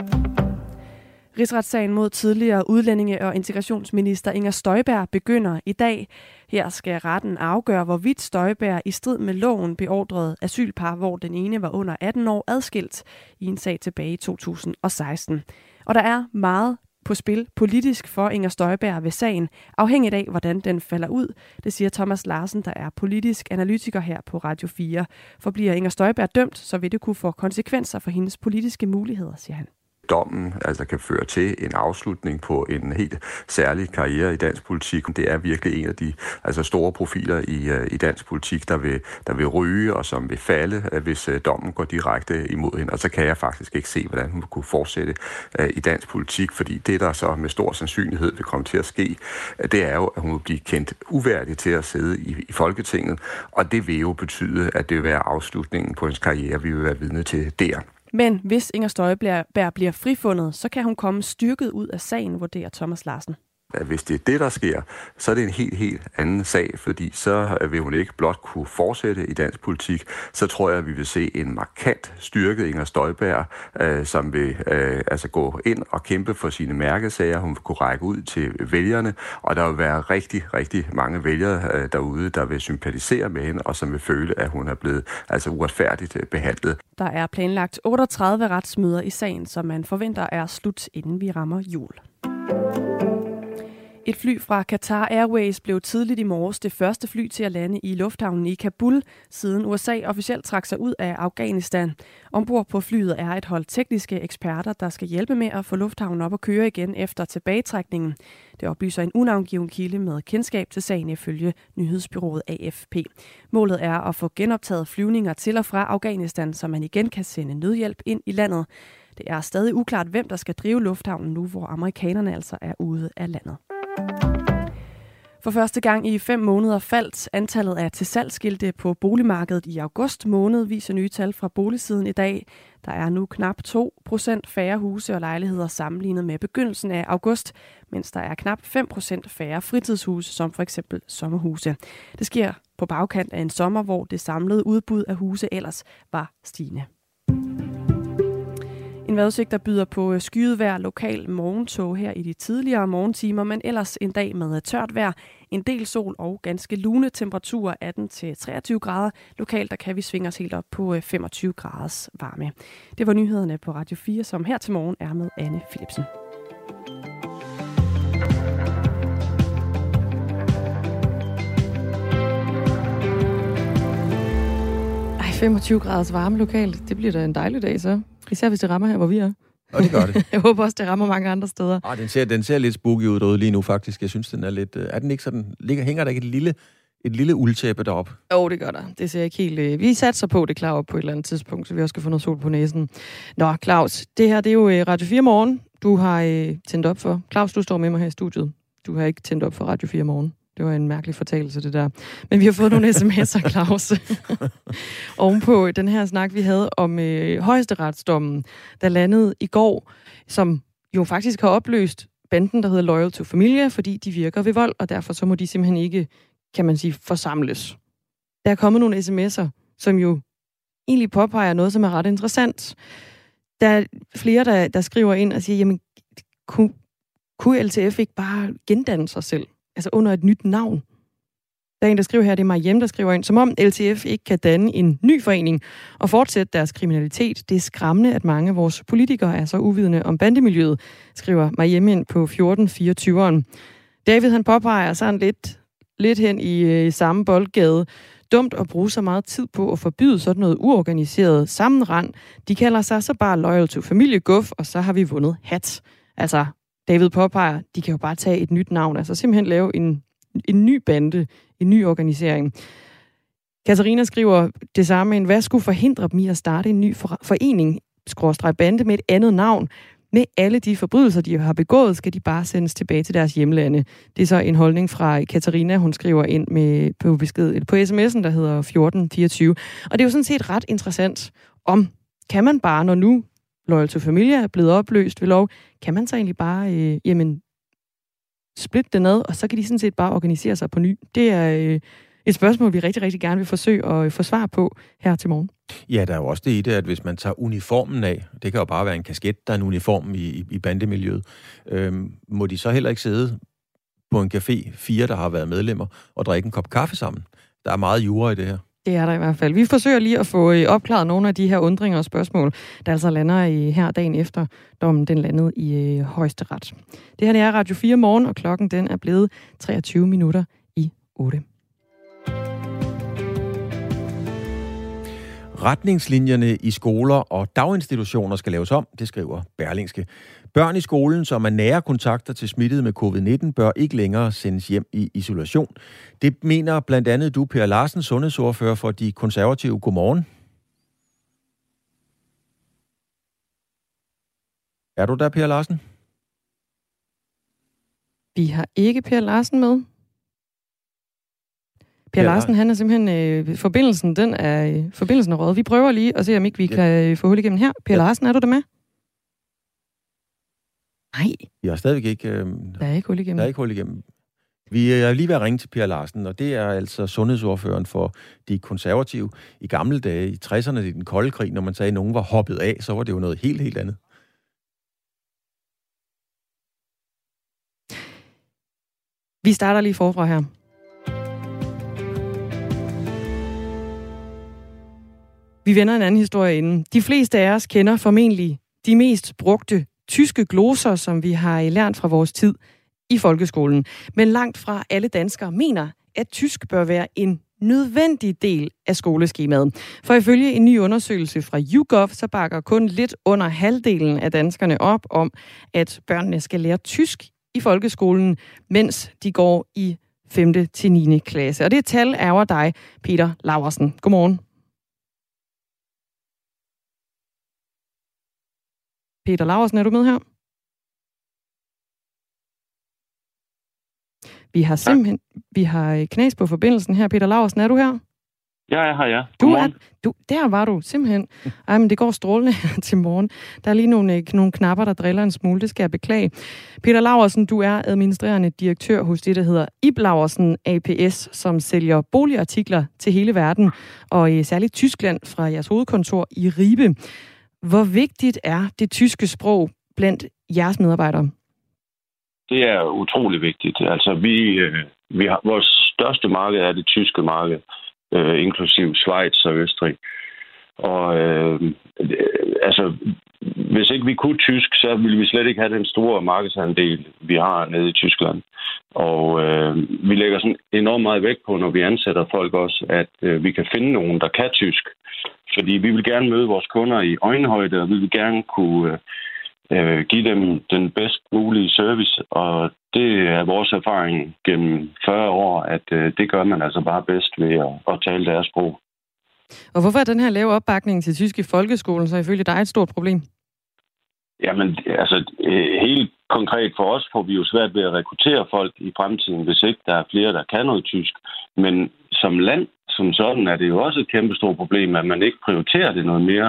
Rigsretssagen mod tidligere udlændinge- og integrationsminister Inger Støjberg begynder i dag. Her skal retten afgøre, hvorvidt Støjberg i strid med loven beordrede asylpar, hvor den ene var under atten år, adskilt i en sag tilbage i to tusind og seksten. Og der er meget på spil politisk for Inger Støjberg ved sagen, afhængigt af, hvordan den falder ud. Det siger Thomas Larsen, der er politisk analytiker her på Radio fire. For bliver Inger Støjberg dømt, så vil det kunne få konsekvenser for hendes politiske muligheder, siger han. Dommen altså kan føre til en afslutning på en helt særlig karriere i dansk politik. Det er virkelig en af de altså store profiler i, i dansk politik, der vil, der vil ryge og som vil falde, hvis dommen går direkte imod hende. Og så kan jeg faktisk ikke se, hvordan hun kunne fortsætte uh, i dansk politik, fordi det, der så med stor sandsynlighed vil komme til at ske, det er jo, at hun vil blive kendt uværdig til at sidde i, i Folketinget. Og det vil jo betyde, at det vil være afslutningen på hendes karriere, vi vil være vidne til der. Men hvis Inger Støjberg bliver frifundet, så kan hun komme styrket ud af sagen, vurderer Thomas Larsen. Hvis det er det, der sker, så er det en helt, helt anden sag, fordi så vil hun ikke blot kunne fortsætte i dansk politik. Så tror jeg, at vi vil se en markant styrket Inger Støjberg, øh, som vil øh, altså gå ind og kæmpe for sine mærkesager. Hun vil kunne række ud til vælgerne, og der vil være rigtig, rigtig mange vælgere øh, derude, der vil sympatisere med hende, og som vil føle, at hun er blevet altså uretfærdigt behandlet. Der er planlagt otteogtredive retsmøder i sagen, som man forventer er slut, inden vi rammer jul. Et fly fra Qatar Airways blev tidligt i morges det første fly til at lande i lufthavnen i Kabul, siden U S A officielt trak sig ud af Afghanistan. Ombord på flyet er et hold tekniske eksperter, der skal hjælpe med at få lufthavnen op at køre igen efter tilbagetrækningen. Det oplyser en unavngiven kilde med kendskab til sagen ifølge nyhedsbyrået A F P. Målet er at få genoptaget flyvninger til og fra Afghanistan, så man igen kan sende nødhjælp ind i landet. Det er stadig uklart, hvem der skal drive lufthavnen nu, hvor amerikanerne altså er ude af landet. For første gang i fem måneder faldt antallet af tilsalgsskilte på boligmarkedet i august måned, viser nye tal fra Boligsiden i dag. Der er nu knap to procent færre huse og lejligheder sammenlignet med begyndelsen af august, mens der er knap fem procent færre fritidshuse, som for eksempel sommerhuse. Det sker på bagkant af en sommer, hvor det samlede udbud af huse ellers var stigende. En vejrudsigt, der byder på skyet vejr, lokal morgentog her i de tidligere morgentimer, men ellers en dag med tørt vejr, en del sol og ganske lune temperaturer atten til treogtyve grader. Lokalt der kan vi svinge os helt op på femogtyve graders varme. Det var nyhederne på Radio fire, som her til morgen er med Anne Philipsen. Ej, femogtyve graders varme lokalt, det bliver da en dejlig dag så. Især hvis det rammer her, hvor vi er. Og det gør det. Jeg håber også, det rammer mange andre steder. Ah, den ser, den ser lidt spooky ud derude lige nu, faktisk. Jeg synes, den er lidt... Er den ikke sådan... Ligger, hænger der ikke et lille, et lille uldtæppe deroppe? Jo, oh, det gør der. Det ser ikke helt... Vi satser på, det klar op på et eller andet tidspunkt, så vi også skal få noget sol på næsen. Nå, Claus, det her det er jo Radio fire Morgen, du har øh, tændt op for. Claus, du står med mig her i studiet. Du har ikke tændt op for Radio fire Morgen. Det var en mærkelig fortalelse, det der. Men vi har fået nogle sms'er, Claus. Ovenpå den her snak, vi havde om øh, højesteretsdommen, der landede i går, som jo faktisk har opløst banden, der hedder Loyal to Familia, fordi de virker ved vold, og derfor så må de simpelthen ikke, kan man sige, forsamles. Der er kommet nogle sms'er, som jo egentlig påpeger noget, som er ret interessant. Der er flere, der, der skriver ind og siger, jamen, kunne, kunne L T F ikke bare gendanne sig selv? Altså under et nyt navn? Der er en, der skriver her, det er Mariem, der skriver ind, som om L T F ikke kan danne en ny forening og fortsætte deres kriminalitet. Det er skræmmende, at mange af vores politikere er så uvidende om bandemiljøet, skriver Mariem ind på fjorten fireogtyve. David, han påpeger sådan lidt, lidt hen i øh, samme boldgade. Dumt at bruge så meget tid på at forbyde sådan noget uorganiseret sammenrend. De kalder sig så bare Loyal to Familie Guf, og så har vi vundet hat. Altså, David påpeger, de kan jo bare tage et nyt navn, altså simpelthen lave en, en ny bande, en ny organisering. Katarina skriver det samme, en hvad skulle forhindre dem i at starte en ny forening, skråstreg bande med et andet navn. Med alle de forbrydelser, de har begået, skal de bare sendes tilbage til deres hjemlande. Det er så en holdning fra Katarina, hun skriver ind med på besked på sms'en, der hedder fjorten fireogtyve. Og det er jo sådan set ret interessant, om kan man bare, når nu Loyal to Familia er blevet opløst ved lov, kan man så egentlig bare øh, jamen, splitte det ned, og så kan de sådan set bare organisere sig på ny. Det er øh, et spørgsmål, vi rigtig, rigtig gerne vil forsøge at få svar på her til morgen. Ja, der er jo også det i det, at hvis man tager uniformen af, det kan jo bare være en kasket, der er en uniform i, i, i bandemiljøet, øhm, må de så heller ikke sidde på en café, fire, der har været medlemmer, og drikke en kop kaffe sammen? Der er meget jura i det her. Det er der i hvert fald. Vi forsøger lige at få opklaret nogle af de her undringer og spørgsmål, der altså lander i her dagen efter dommen, den landede i øh, Højesteret. Det her det er Radio fire morgen, og klokken den er blevet treogtyve minutter i otte. Retningslinjerne i skoler og daginstitutioner skal laves om, det skriver Berlingske. Børn i skolen, som er nære kontakter til smittede med covid nitten, bør ikke længere sendes hjem i isolation. Det mener blandt andet du, Per Larsen, sundhedsordfører for De Konservative. Godmorgen. Er du der, Per Larsen? Vi har ikke Per Larsen med. Per Larsen, han er simpelthen, øh, forbindelsen, den er, øh, forbindelsen er røget. Vi prøver lige at se, om ikke vi ja. kan få hul igennem her. Per ja. Larsen, er du der med? Nej. Jeg har stadigvæk ikke... Øh, der er ikke hul igennem. Der er ikke hul igennem. Vi er lige ved at ringe til Per Larsen, og det er altså sundhedsordføreren for De Konservative. I gamle dage, i tresserne, i den kolde krig, når man sagde, at nogen var hoppet af, så var det jo noget helt, helt andet. Vi starter lige forfra her. Vi vender en anden historie inden. De fleste af os kender formentlig de mest brugte tyske gloser, som vi har lært fra vores tid i folkeskolen. Men langt fra alle danskere mener, at tysk bør være en nødvendig del af skoleskemaet. For ifølge en ny undersøgelse fra YouGov, så bakker kun lidt under halvdelen af danskerne op om, at børnene skal lære tysk i folkeskolen, mens de går i femte til niende klasse. Og det tal ærger dig, Peter Laursen. Godmorgen. Peter Laursen, er du med her? Vi har simpelthen vi har knas på forbindelsen her. Peter Laursen, er du her? Ja, jeg har ja. Du er, du, der var du simpelthen. Ej, men det går strålende til morgen. Der er lige nogle, nogle knapper, der driller en smule. Det skal jeg beklage. Peter Laursen, du er administrerende direktør hos det, der hedder Ib Laursen A P S, som sælger boligartikler til hele verden, og i særligt Tyskland fra jeres hovedkontor i Ribe. Hvor vigtigt er det tyske sprog blandt jeres medarbejdere? Det er utrolig vigtigt. Altså, vi, vi har, vores største marked er det tyske marked, øh, inklusive Schweiz og Østrig. Og øh, altså, hvis ikke vi kunne tysk, så ville vi slet ikke have den store markedsandel, vi har nede i Tyskland. Og øh, vi lægger sådan enormt meget vægt på, når vi ansætter folk også, at øh, vi kan finde nogen, der kan tysk. Fordi vi vil gerne møde vores kunder i øjenhøjde, og vi vil gerne kunne øh, give dem den bedst mulige service. Og det er vores erfaring gennem fyrre år, at øh, det gør man altså bare bedst ved at, at tale deres sprog. Og hvorfor er den her lave opbakning til tysk i folkeskolen så ifølge dig et stort problem? Jamen, altså helt konkret for os får vi jo svært ved at rekruttere folk i fremtiden, hvis ikke der er flere, der kan noget tysk. Men som land, som sådan, er det jo også et kæmpe stort problem, at man ikke prioriterer det noget mere.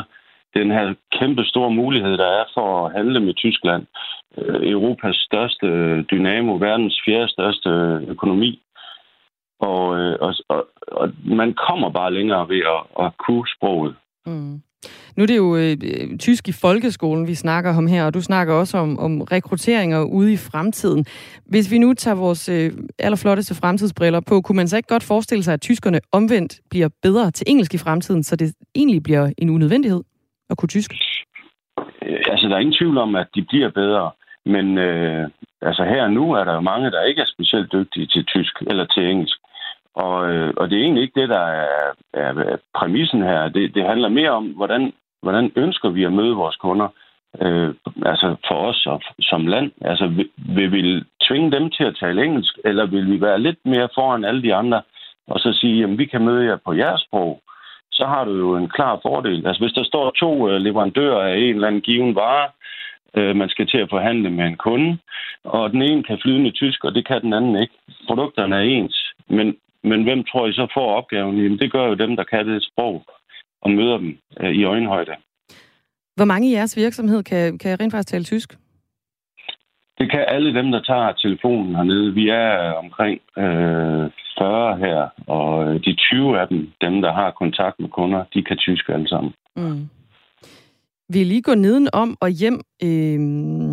den her kæmpe store mulighed, der er for at handle med Tyskland. Europas største dynamo, verdens fjerde største økonomi. Og, og, og, og man kommer bare længere ved at, at kunne sproget. Mm. Nu er det jo øh, tysk i folkeskolen, vi snakker om her, og du snakker også om, om rekrutteringer ude i fremtiden. Hvis vi nu tager vores øh, allerflotteste fremtidsbriller på, kunne man så ikke godt forestille sig, at tyskerne omvendt bliver bedre til engelsk i fremtiden, så det egentlig bliver en unødvendighed at kunne tysk? Altså, der er ingen tvivl om, at de bliver bedre. Men øh, altså her og nu er der jo mange, der ikke er specielt dygtige til tysk eller til engelsk. Og, øh, og det er egentlig ikke det, der er, er præmissen her. Det, det handler mere om, hvordan, hvordan ønsker vi at møde vores kunder. Øh, altså for os og som land. Altså vil, vil vi tvinge dem til at tale engelsk, eller vil vi være lidt mere foran alle de andre, og så sige, at vi kan møde jer på jeres sprog. Så har du jo en klar fordel. Altså hvis der står to leverandører af en eller anden given vare, man skal til at forhandle med en kunde, og den ene kan flydende tysk, og det kan den anden ikke. Produkterne er ens, men, men hvem tror I så får opgaven? Jamen, det gør jo dem, der kan det sprog, og møder dem øh, i øjenhøjde. Hvor mange i jeres virksomhed kan, kan rent faktisk tale tysk? Det kan alle dem, der tager telefonen hernede. Vi er omkring øh, fyrre her, og de tyve af dem, dem, der har kontakt med kunder, de kan tysk alle sammen. Mm. Vi lige gå nedenom og hjem. Øh,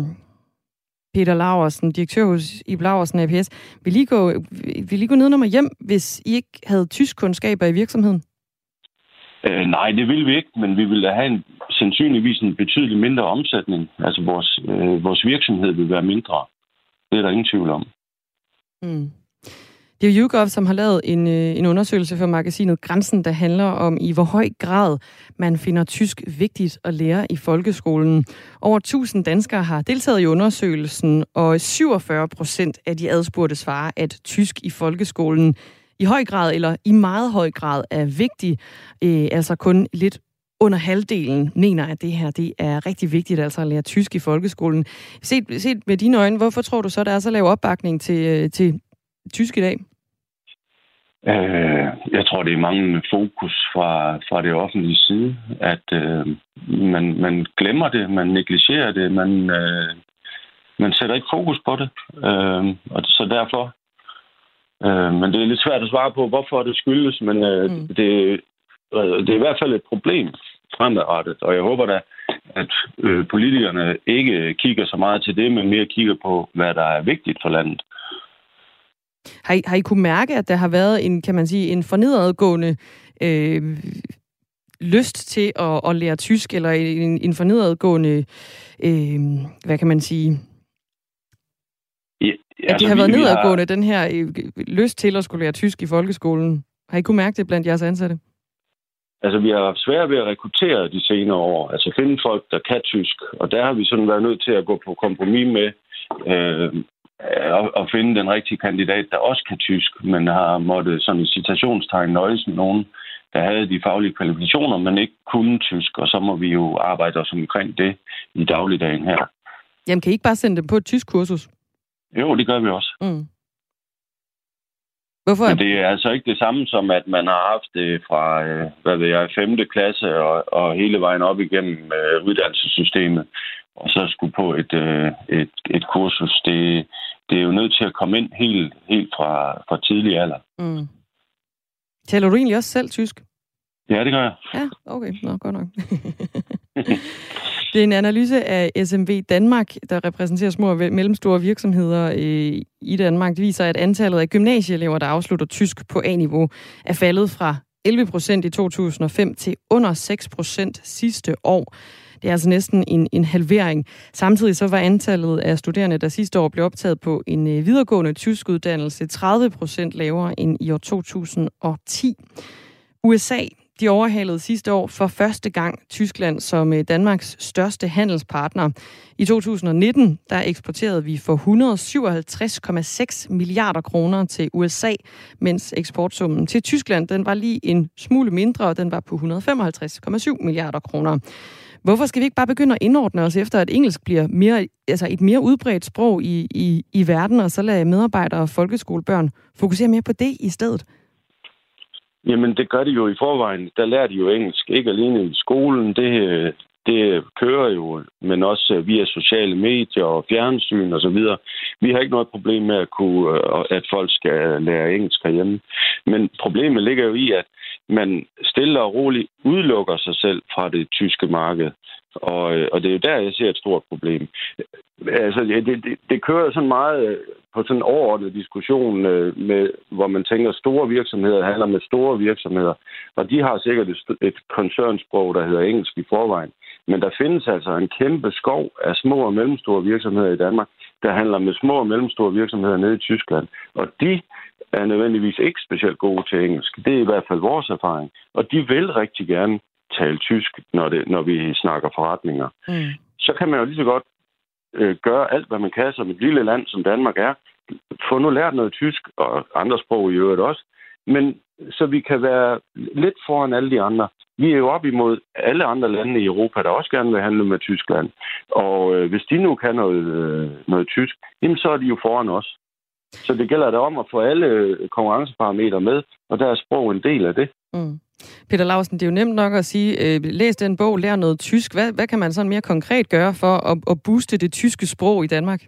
Peter Laursen, direktør hos I Laursen A P S. Vi lige gå, vi lige gå nedenom og hjem, hvis I ikke havde tyskkundskaber i virksomheden? Øh, nej, det vil vi ikke, men vi vil da have en, sandsynligvis en betydelig mindre omsætning. Altså vores, øh, vores virksomhed vil være mindre. Det er der ingen tvivl om. Mm. Det er jo YouGov, som har lavet en, en undersøgelse for magasinet Grænsen, der handler om, i hvor høj grad man finder tysk vigtigt at lære i folkeskolen. Over tusind danskere har deltaget i undersøgelsen, og syvogfyrre procent af de adspurgte svarer, at tysk i folkeskolen i høj grad eller i meget høj grad er vigtig. Øh, altså kun lidt under halvdelen mener, at det her det er rigtig vigtigt altså at lære tysk i folkeskolen. Set, set med dine øjne, hvorfor tror du så, der er så lav opbakning til, til tysk i dag? Øh, jeg tror, det er manglende fokus fra, fra det offentlige side, at øh, man, man glemmer det, man negligerer det, man, øh, man sætter ikke fokus på det. Øh, og så derfor, øh, men det er lidt svært at svare på, hvorfor det skyldes, men øh, mm. det, øh, det er i hvert fald et problem fremadrettet, og jeg håber da, at øh, politikerne ikke kigger så meget til det, men mere kigger på, hvad der er vigtigt for landet. Har I, har I kunne mærke, at der har været en, kan man sige, en fornedadgående øh, lyst til at, at lære tysk, eller en, en fornedadgående, øh, hvad kan man sige, ja, altså, at det har været vi, nedadgående, vi har... den her øh, lyst til at skulle lære tysk i folkeskolen? Har I kunne mærke det blandt jeres ansatte? Altså, vi har haft svært ved at rekruttere de senere år, altså finde folk, der kan tysk, og der har vi sådan været nødt til at gå på kompromis med øh, at finde den rigtige kandidat, der også kan tysk, men har måttet sådan en citationstegn nøjes med nogen, der havde de faglige kvalifikationer, men ikke kunne tysk, og så må vi jo arbejde os omkring det i dagligdagen her. Jamen, kan I ikke bare sende dem på et tysk kursus? Jo, det gør vi også. Mm. Hvorfor? Men det er altså ikke det samme som, at man har haft det fra, hvad ved jeg, femte klasse og, og hele vejen op igennem uh, uddannelsessystemet, og så skulle på et, uh, et, et kursus. Det, det er jo nødt til at komme ind helt, helt fra, fra tidlig alder. Mm. Taler du egentlig også selv tysk? Ja, det gør jeg. Ja, okay. Nå, godt nok. Det er en analyse af S M V Danmark, der repræsenterer små og mellemstore virksomheder i Danmark. Det viser, at antallet af gymnasieelever, der afslutter tysk på A-niveau, er faldet fra elleve procent i to tusind og fem til under seks procent sidste år. Det er altså næsten en, en halvering. Samtidig så var antallet af studerende, der sidste år blev optaget på en videregående tysk uddannelse, tredive procent lavere end i år to tusind og ti. U S A de overhalede sidste år for første gang Tyskland som Danmarks største handelspartner. I to tusind og nitten der eksporterede vi for et hundrede og syvoghalvtreds komma seks milliarder kroner til U S A, mens eksportsummen til Tyskland den var lige en smule mindre, og den var på et hundrede og femoghalvtreds komma syv milliarder kroner. Hvorfor skal vi ikke bare begynde at indordne os efter, at engelsk bliver mere, altså et mere udbredt sprog i, i, i verden, og så lade medarbejdere og folkeskolebørn fokusere mere på det i stedet? Jamen, det gør de jo i forvejen. Der lærer de jo engelsk. Ikke alene i skolen. Det, det kører jo, men også via sociale medier og fjernsyn og så videre. Vi har ikke noget problem med, at, kunne, at folk skal lære engelsk herhjemme. Men problemet ligger jo i, at man stille og roligt udelukker sig selv fra det tyske marked. Og, og det er jo der, jeg ser et stort problem. Altså, det, det, det kører sådan meget på sådan en overordnet diskussion, med, hvor man tænker, at store virksomheder handler med store virksomheder. Og de har sikkert et, et koncernsprog, der hedder engelsk i forvejen. Men der findes altså en kæmpe skov af små og mellemstore virksomheder i Danmark, der handler med små og mellemstore virksomheder nede i Tyskland. Og de er nødvendigvis ikke specielt gode til engelsk. Det er i hvert fald vores erfaring. Og de vil rigtig gerne tale tysk, når, det, når vi snakker forretninger. Mm. Så kan man jo lige så godt øh, gøre alt, hvad man kan som et lille land, som Danmark er. Få nu lært noget tysk, og andre sprog i øvrigt også. Men så vi kan være lidt foran alle de andre. Vi er jo op imod alle andre lande i Europa, der også gerne vil handle med Tyskland. Og øh, hvis de nu kan noget, øh, noget tysk, jamen så er de jo foran os. Så det gælder da om at få alle konkurrenceparametre med, og der er sprog en del af det. Mm. Peter Laursen, det er jo nemt nok at sige, øh, læs den bog, lær noget tysk. Hvad, hvad kan man sådan mere konkret gøre for at, at booste det tyske sprog i Danmark?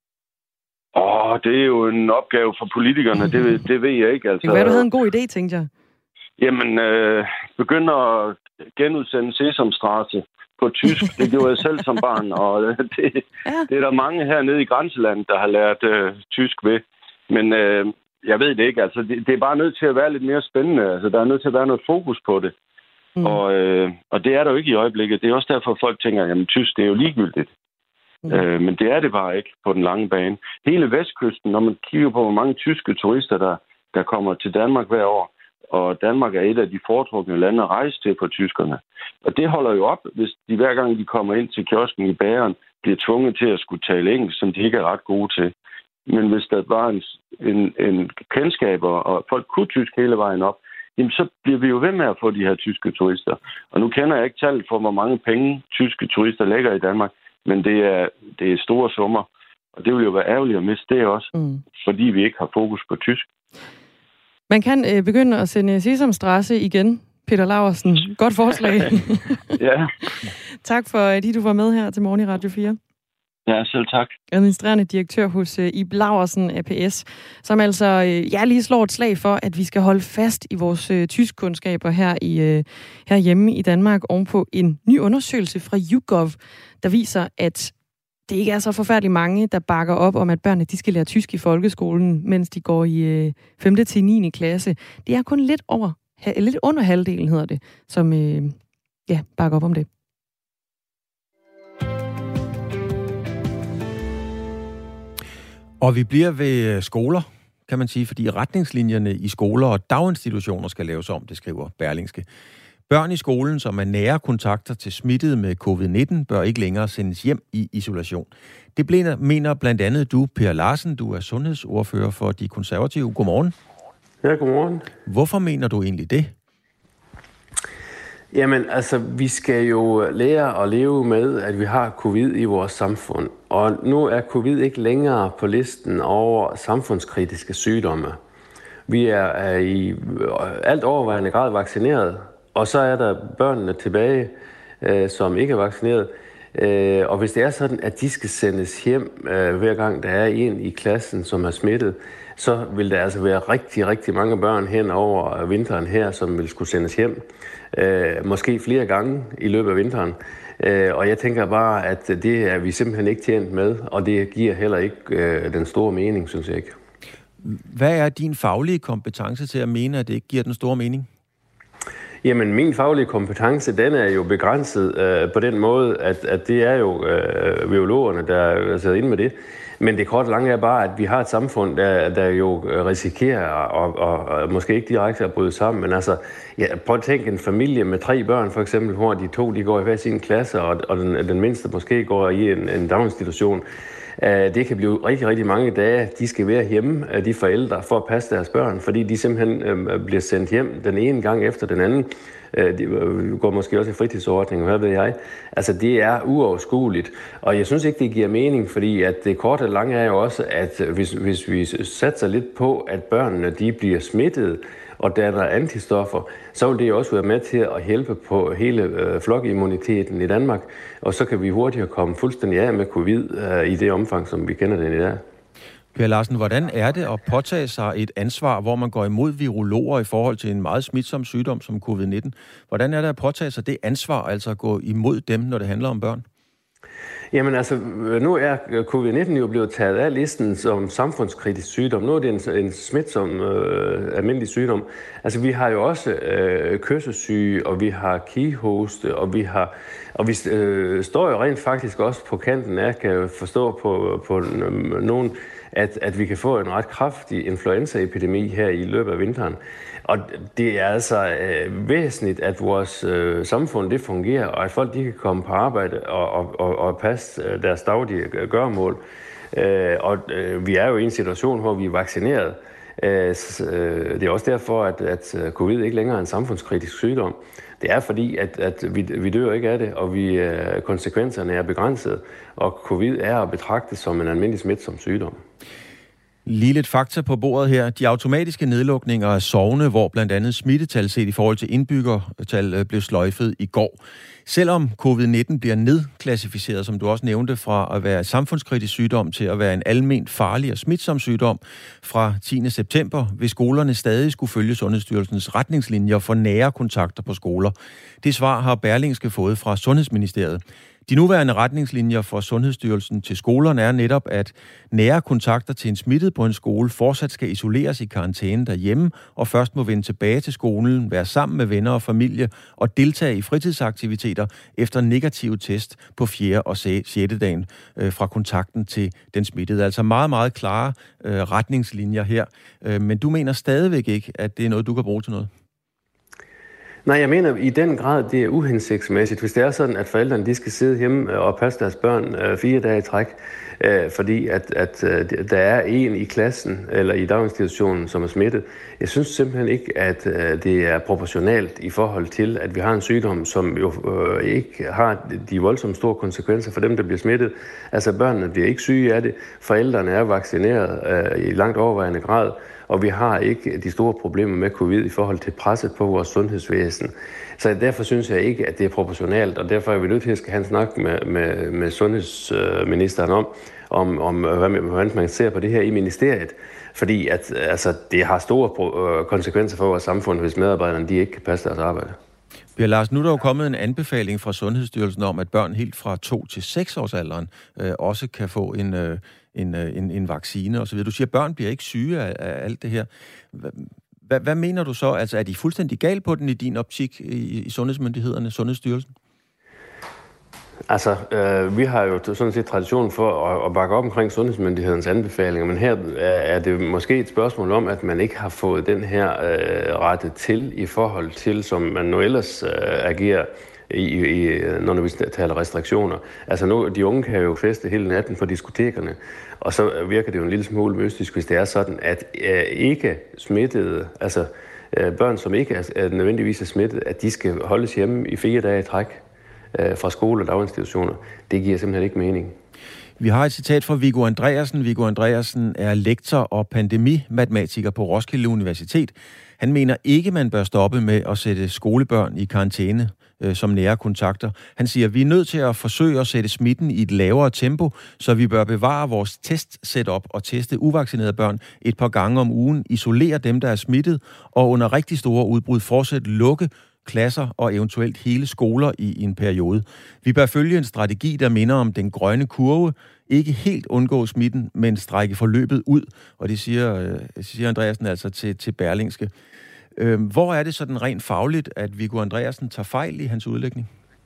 Åh, det er jo en opgave for politikerne, det, det ved jeg ikke. Altså, det var, du havde en god idé, tænkte jeg. Jamen, øh, begynder at genudsende Sesamstraße på tysk. Det gjorde jeg selv som barn, og det, ja. det er der mange hernede i grænselandet, der har lært øh, tysk ved. Men øh, jeg ved det ikke. Altså, det, det er bare nødt til at være lidt mere spændende. Altså, der er nødt til at være noget fokus på det. Mm. Og, øh, og det er der jo ikke i øjeblikket. Det er også derfor, folk tænker, jamen tysk, det er jo ligegyldigt. Mm. Øh, men det er det bare ikke på den lange bane. Hele Vestkysten, når man kigger på, hvor mange tyske turister, der, der kommer til Danmark hver år, og Danmark er et af de foretrukne lande at rejse til for tyskerne. Og det holder jo op, hvis de hver gang de kommer ind til kiosken i bageren, bliver tvunget til at skulle tale engelsk, som de ikke er ret gode til. Men hvis der var en, en, en kendskab, og folk kunne tysk hele vejen op, jamen så bliver vi jo ved med at få de her tyske turister. Og nu kender jeg ikke tallet for, hvor mange penge tyske turister lægger i Danmark, men det er, det er store summer. Og det vil jo være ærgerligt at miste det også, mm. fordi vi ikke har fokus på tysk. Man kan øh, begynde at sende Sesamstraße igen, Peter Laursen. Godt forslag. Ja. Tak for, at du var med her til morgen i Radio fire. Ja, selv tak. Administrerende direktør hos uh, Ib Laursen A P S, som altså uh, jeg lige slår et slag for, at vi skal holde fast i vores uh, tyskkundskaber her i uh, herhjemme i Danmark ovenpå en ny undersøgelse fra YouGov, der viser, at det ikke er så forfærdeligt mange, der bakker op om, at børnene de skal lære tysk i folkeskolen, mens de går i uh, femte til niende klasse. Det er kun lidt over, lidt under halvdelen, hedder det, som uh, ja, bakker op om det. Og vi bliver ved skoler, kan man sige, fordi retningslinjerne i skoler og daginstitutioner skal laves om, det skriver Berlingske. Børn i skolen, som er nære kontakter til smittede med covid nitten, bør ikke længere sendes hjem i isolation. Det mener blandt andet du, Per Larsen, du er sundhedsordfører for De Konservative. Godmorgen. Ja, godmorgen. Hvorfor mener du egentlig det? Jamen, altså, vi skal jo lære at leve med, at vi har covid i vores samfund. Og nu er covid ikke længere på listen over samfundskritiske sygdomme. Vi er, er i alt overvejende grad vaccineret, og så er der børnene tilbage, øh, som ikke er vaccineret. Øh, og hvis det er sådan, at de skal sendes hjem, øh, hver gang der er en i klassen, som er smittet, så vil der altså være rigtig, rigtig mange børn hen over vinteren her, som vil skulle sendes hjem. Øh, måske flere gange i løbet af vinteren. Øh, og jeg tænker bare, at det er vi simpelthen ikke tjent med, og det giver heller ikke øh, den store mening, synes jeg ikke. Hvad er din faglige kompetence til at mene, at det ikke giver den store mening? Jamen, min faglige kompetence, den er jo begrænset øh, på den måde, at, at det er jo øh, virologerne, der er siddet inde med det. Men det korte lange er bare, at vi har et samfund, der, der jo risikerer og, og, og måske ikke direkte at bryde sammen. Men altså, ja, prøv at tænke en familie med tre børn for eksempel, hvor de to de går i hver sin klasse, og, og den, den mindste måske går i en, en daginstitution. Det kan blive rigtig, rigtig mange dage, de skal være hjemme, de forældre, for at passe deres børn, fordi de simpelthen øh, bliver sendt hjem den ene gang efter den anden. De går måske også i fritidsordning, hvad ved jeg. Altså, det er uoverskueligt, og jeg synes ikke, det giver mening, fordi at det korte og lange er jo også, at hvis, hvis vi satser lidt på, at børnene de bliver smittet, og danner antistoffer, så vil det også være med til at hjælpe på hele øh, flokimmuniteten i Danmark, og så kan vi hurtigere komme fuldstændig af med covid øh, i det omfang, som vi kender det i dag. Per Larsen, hvordan er det at påtage sig et ansvar, hvor man går imod virologer i forhold til en meget smitsom sygdom som covid nitten? Hvordan er det at påtage sig det ansvar, altså at gå imod dem, når det handler om børn? Jamen altså, nu er covid nitten jo blevet taget af listen som samfundskritisk sygdom. Nu er det en, en smitsom øh, almindelig sygdom. Altså, vi har jo også øh, kyssesyge, og vi har kighoste, og vi har og vi øh, står jo rent faktisk også på kanten af, kan jeg forstå på, på nogen, at, at vi kan få en ret kraftig influenzaepidemi her i løbet af vinteren. Og det er altså øh, væsentligt, at vores øh, samfund det fungerer, og at folk de kan komme på arbejde og, og, og, og passe deres daglige gøremål. Øh, og øh, vi er jo i en situation, hvor vi er vaccineret. Øh, det er også derfor, at, at covid ikke længere er en samfundskritisk sygdom. Det er fordi, at, at vi, vi dør ikke af det, og vi, øh, konsekvenserne er begrænsede, og covid er at betragte som en almindelig smitsom sygdom. Lige lidt fakta på bordet her. De automatiske nedlukninger af sogne, hvor blandt andet smittetal set i forhold til indbyggertal blev sløjfet i går. Selvom covid nitten bliver nedklassificeret, som du også nævnte, fra at være samfundskritisk sygdom til at være en alment farlig og smitsom sygdom fra tiende september, vil skolerne stadig skulle følge Sundhedsstyrelsens retningslinjer for nære kontakter på skoler. Det svar har Berlingske fået fra Sundhedsministeriet. De nuværende retningslinjer for Sundhedsstyrelsen til skolerne er netop, at nære kontakter til en smittet på en skole fortsat skal isoleres i karantæne derhjemme, og først må vende tilbage til skolen, være sammen med venner og familie og deltage i fritidsaktiviteter efter negativ test på fjerde og sjette dagen øh, fra kontakten til den smittede. Altså meget, meget klare øh, retningslinjer her. Øh, men du mener stadigvæk ikke, at det er noget, du kan bruge til noget? Nej, jeg mener i den grad, det er uhensigtsmæssigt, hvis det er sådan, at forældrene de skal sidde hjemme og passe deres børn øh, fire dage i træk, øh, fordi at, at øh, der er en i klassen eller i daginstitutionen, som er smittet. Jeg synes simpelthen ikke, at øh, det er proportionalt i forhold til, at vi har en sygdom, som jo øh, ikke har de voldsomt store konsekvenser for dem, der bliver smittet. Altså børnene bliver ikke syge af det, forældrene er vaccineret øh, i langt overvejende grad, og vi har ikke de store problemer med covid i forhold til presset på vores sundhedsvæsen. Så derfor synes jeg ikke, at det er proportionalt, og derfor er vi nødt til at skal have en snak med, med, med sundhedsministeren om, om, om hvordan man ser på det her i ministeriet. Fordi at, altså, det har store konsekvenser for vores samfund, hvis medarbejderne de ikke kan passe deres arbejde. Per Larsen, nu er der jo kommet en anbefaling fra Sundhedsstyrelsen om, at børn helt fra to til seks års alderen øh, også kan få en, øh, en, en, en vaccine osv. Du siger, at børn bliver ikke syge af, af alt det her. Hvad, hvad mener du så? Altså, er de fuldstændig galt på den i din optik i, i sundhedsmyndighederne, Sundhedsstyrelsen? Altså, øh, vi har jo sådan set tradition for at, at bakke op omkring sundhedsmyndighedens anbefalinger, men her er det måske et spørgsmål om, at man ikke har fået den her øh, rettet til i forhold til, som man nu ellers øh, agerer i, i, når vi taler restriktioner. Altså nu, de unge kan jo feste hele natten på diskotekerne, og så virker det jo en lille smule mystisk, hvis det er sådan, at øh, ikke smittede, altså øh, børn, som ikke er, er nødvendigvis er smittet, at de skal holdes hjemme i fire dage i træk fra skole og daginstitutioner. Det giver simpelthen ikke mening. Vi har et citat fra Viggo Andreasen. Viggo Andreasen er lektor og pandemimatematiker på Roskilde Universitet. Han mener ikke, man bør stoppe med at sætte skolebørn i karantæne øh, som nære kontakter. Han siger, at vi er nødt til at forsøge at sætte smitten i et lavere tempo, så vi bør bevare vores test-setup og teste uvaccinerede børn et par gange om ugen, isolere dem, der er smittet, og under rigtig store udbrud fortsætte lukke klasser og eventuelt hele skoler i en periode. Vi bør følge en strategi, der minder om den grønne kurve, ikke helt undgå smitten, men strække forløbet ud, og det siger, øh, siger Andreasen altså til, til Berlingske. Øh, hvor er det sådan rent fagligt, at Viggo Andreasen tager fejl i hans udlægning?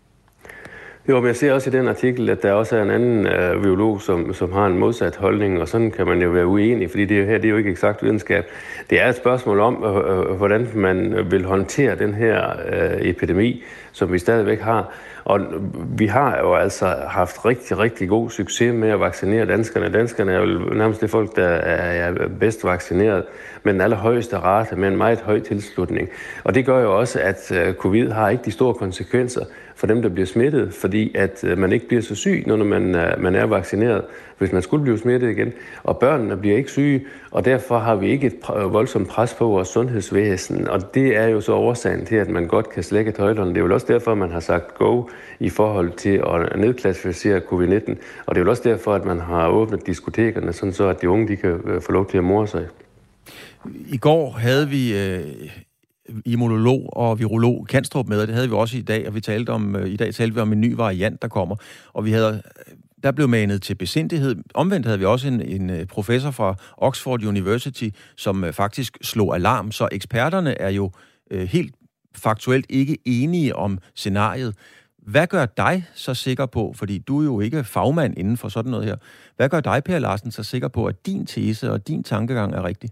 Jo, men jeg ser også i den artikel, at der også er en anden øh, virolog, som, som har en modsat holdning, og sådan kan man jo være uenig, fordi det her det er jo ikke eksakt videnskab. Det er et spørgsmål om, øh, øh, hvordan man vil håndtere den her øh, epidemi, som vi stadigvæk har. Og vi har jo altså haft rigtig, rigtig god succes med at vaccinere danskerne. Danskerne er jo nærmest det folk, der er bedst vaccineret med den allerhøjeste rate, med en meget høj tilslutning. Og det gør jo også, at covid har ikke de store konsekvenser for dem, der bliver smittet, fordi at man ikke bliver så syg, når man er, man er vaccineret, hvis man skulle blive smittet igen. Og børnene bliver ikke syge, og derfor har vi ikke et voldsomt pres på vores sundhedsvæsen. Og det er jo så årsagen til, at man godt kan slække tøjlerne. Det er jo også derfor, man har sagt go i forhold til at nedklassificere covid nitten. Og det er jo også derfor, at man har åbnet diskotekerne, sådan så at de unge de kan få lov til at more sig. I går havde vi øh, immunolog og virolog Kanstrup med, og det havde vi også i dag, og vi talte om, øh, i dag talte vi om en ny variant, der kommer, og vi havde, der blev manet til besindighed. Omvendt havde vi også en, en professor fra Oxford University, som øh, faktisk slog alarm, så eksperterne er jo øh, helt faktuelt ikke enige om scenariet. Hvad gør dig så sikker på, fordi du er jo ikke fagmand inden for sådan noget her, hvad gør dig, Per Larsen, så sikker på, at din tese og din tankegang er rigtig?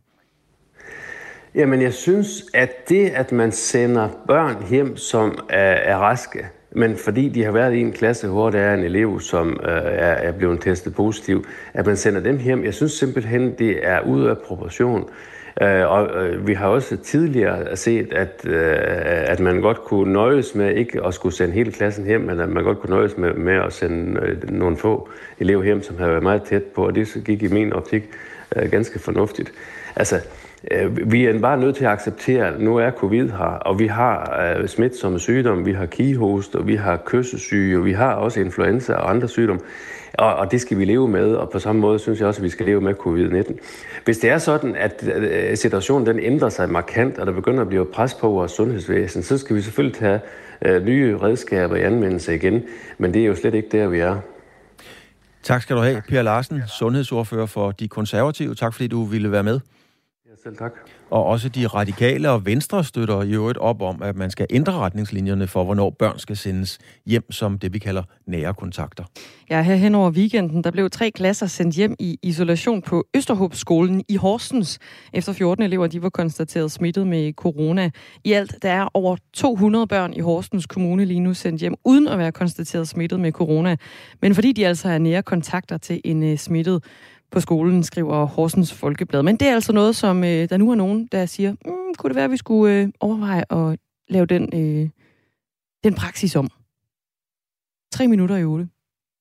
Jamen, jeg synes, at det, at man sender børn hjem, som er, er raske, men fordi de har været i en klasse, hvor der er en elev, som øh, er, er blevet testet positiv, at man sender dem hjem, jeg synes simpelthen, det er ude af proportion. Øh, og øh, vi har også tidligere set, at, øh, at man godt kunne nøjes med ikke at skulle sende hele klassen hjem, men at man godt kunne nøjes med, med at sende øh, nogle få elever hjem, som har været meget tæt på, og det gik i min optik øh, ganske fornuftigt. Altså, vi er bare nødt til at acceptere, at nu er covid her, og vi har uh, smitsomme sygdomme, vi har kihost, og vi har kyssesyge, og vi har også influenza og andre sygdomme, og, og det skal vi leve med, og på samme måde synes jeg også, at vi skal leve med covid nitten. Hvis det er sådan, at uh, situationen den ændrer sig markant, og der begynder at blive pres på vores sundhedsvæsen, så skal vi selvfølgelig tage uh, nye redskaber i anvendelse igen, men det er jo slet ikke der, vi er. Tak skal du have, Per Larsen, sundhedsordfører for De Konservative. Tak fordi du ville være med. Selv tak. Og også de radikale og venstre støtter i øvrigt op om, at man skal ændre retningslinjerne for, hvornår børn skal sendes hjem som det, vi kalder nære kontakter. Ja, her hen over weekenden, der blev tre klasser sendt hjem i isolation på Østerhåbskolen i Horsens, efter fjorten elever de var konstateret smittet med corona. I alt der er over to hundrede børn i Horsens Kommune lige nu sendt hjem, uden at være konstateret smittet med corona. Men fordi de altså er nære kontakter til en uh, smittet på skolen, skriver Horsens Folkeblad. Men det er altså noget, som øh, der nu er nogen, der siger, mm, kunne det være, at vi skulle øh, overveje at lave den, øh, den praksis om. Tre minutter i otte.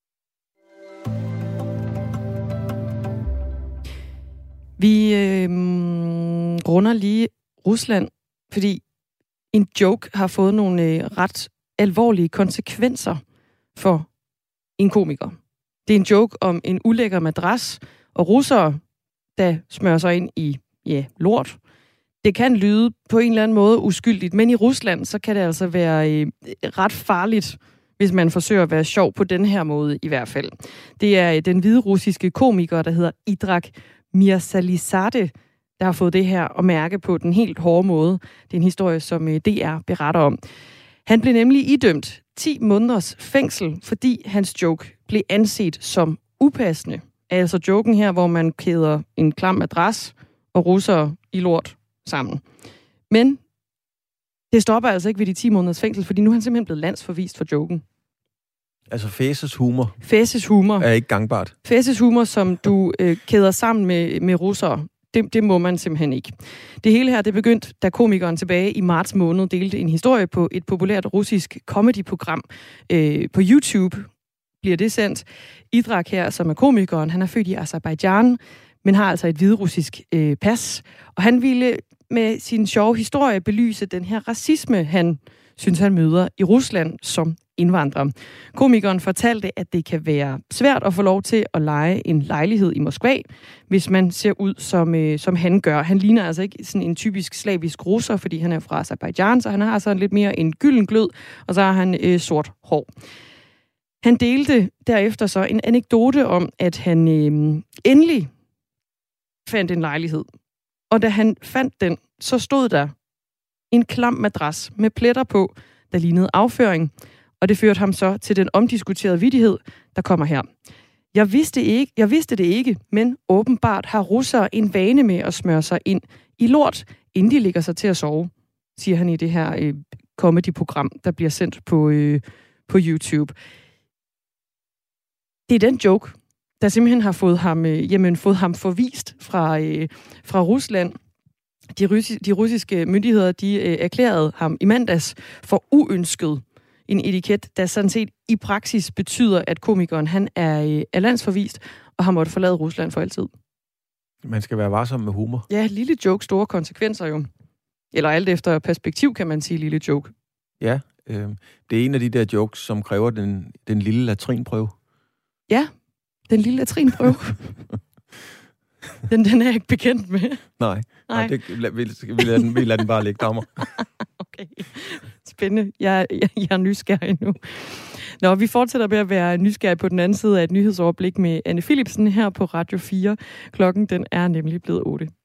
Vi øh, runder lige Rusland, fordi en joke har fået nogle øh, ret alvorlige konsekvenser for en komiker. Det er en joke om en ulækker madras og russere, der smører sig ind i ja, lort. Det kan lyde på en eller anden måde uskyldigt, men i Rusland, så kan det altså være øh, ret farligt, hvis man forsøger at være sjov på den her måde i hvert fald. Det er øh, den hvide russiske komiker, der hedder Idrak Mirzalizadeh, der har fået det her at mærke på den helt hårde måde. Det er en historie, som øh, D R beretter om. Han blev nemlig idømt ti måneders fængsel, fordi hans joke blev anset som upassende. Altså joken her, hvor man kæder en klam madras og russere i lort sammen. Men det stopper altså ikke ved de ti måneders fængsel, fordi nu er han simpelthen blevet landsforvist for joken. Altså fæses humor. Fæses humor. Er ikke gangbart. Fæses humor, som du øh, kæder sammen med, med russere. Det, det må man simpelthen ikke. Det hele her, det begyndte, da komikeren tilbage i marts måned delte en historie på et populært russisk comedy-program øh, på YouTube. Bliver det sendt. Idrak her, som er komikeren, han er født i Aserbajdsjan, men har altså et hviderussisk øh, pas. Og han ville med sin sjove historie belyse den her racisme, han synes, han møder i Rusland som indvandrer. Komikeren fortalte, at det kan være svært at få lov til at leje en lejlighed i Moskva, hvis man ser ud, som, øh, som han gør. Han ligner altså ikke sådan en typisk slavisk russer, fordi han er fra Aserbajdsjan, så han har sådan lidt mere en gylden glød, og så har han øh, sort hår. Han delte derefter så en anekdote om, at han øh, endelig fandt en lejlighed. Og da han fandt den, så stod der en klam madras med pletter på, der lignede afføring. Og det førte ham så til den omdiskuterede vittighed, der kommer her. Jeg vidste, ikke, jeg vidste det ikke, men åbenbart har russere en vane med at smøre sig ind i lort, inden de ligger sig til at sove, siger han i det her øh, comedy-program, der bliver sendt på, øh, på YouTube. Det er den joke, der simpelthen har fået ham, øh, jamen, fået ham forvist fra, øh, fra Rusland. De, russi- de russiske myndigheder, de øh, erklærede ham i mandags for uønsket En etiket, der sådan set i praksis betyder, at komikeren han er, er landsforvist og har måttet forlade Rusland for altid. Man skal være varsom med humor. Ja, lille joke, store konsekvenser jo. Eller alt efter perspektiv, kan man sige, lille joke. Ja, øh, det er en af de der jokes, som kræver den, den lille latrinprøve. Ja, den lille latrinprøve. den, den er jeg ikke bekendt med. Nej, Nej. Nej det, vi, vi, lader den, vi lader den bare ligge, dommer. Okay, spændende. Jeg, jeg, jeg er nysgerrig nu. Nå, vi fortsætter med at være nysgerrige på den anden side af et nyhedsoverblik med Anne Philipsen her på Radio fire. Klokken den er nemlig blevet otte.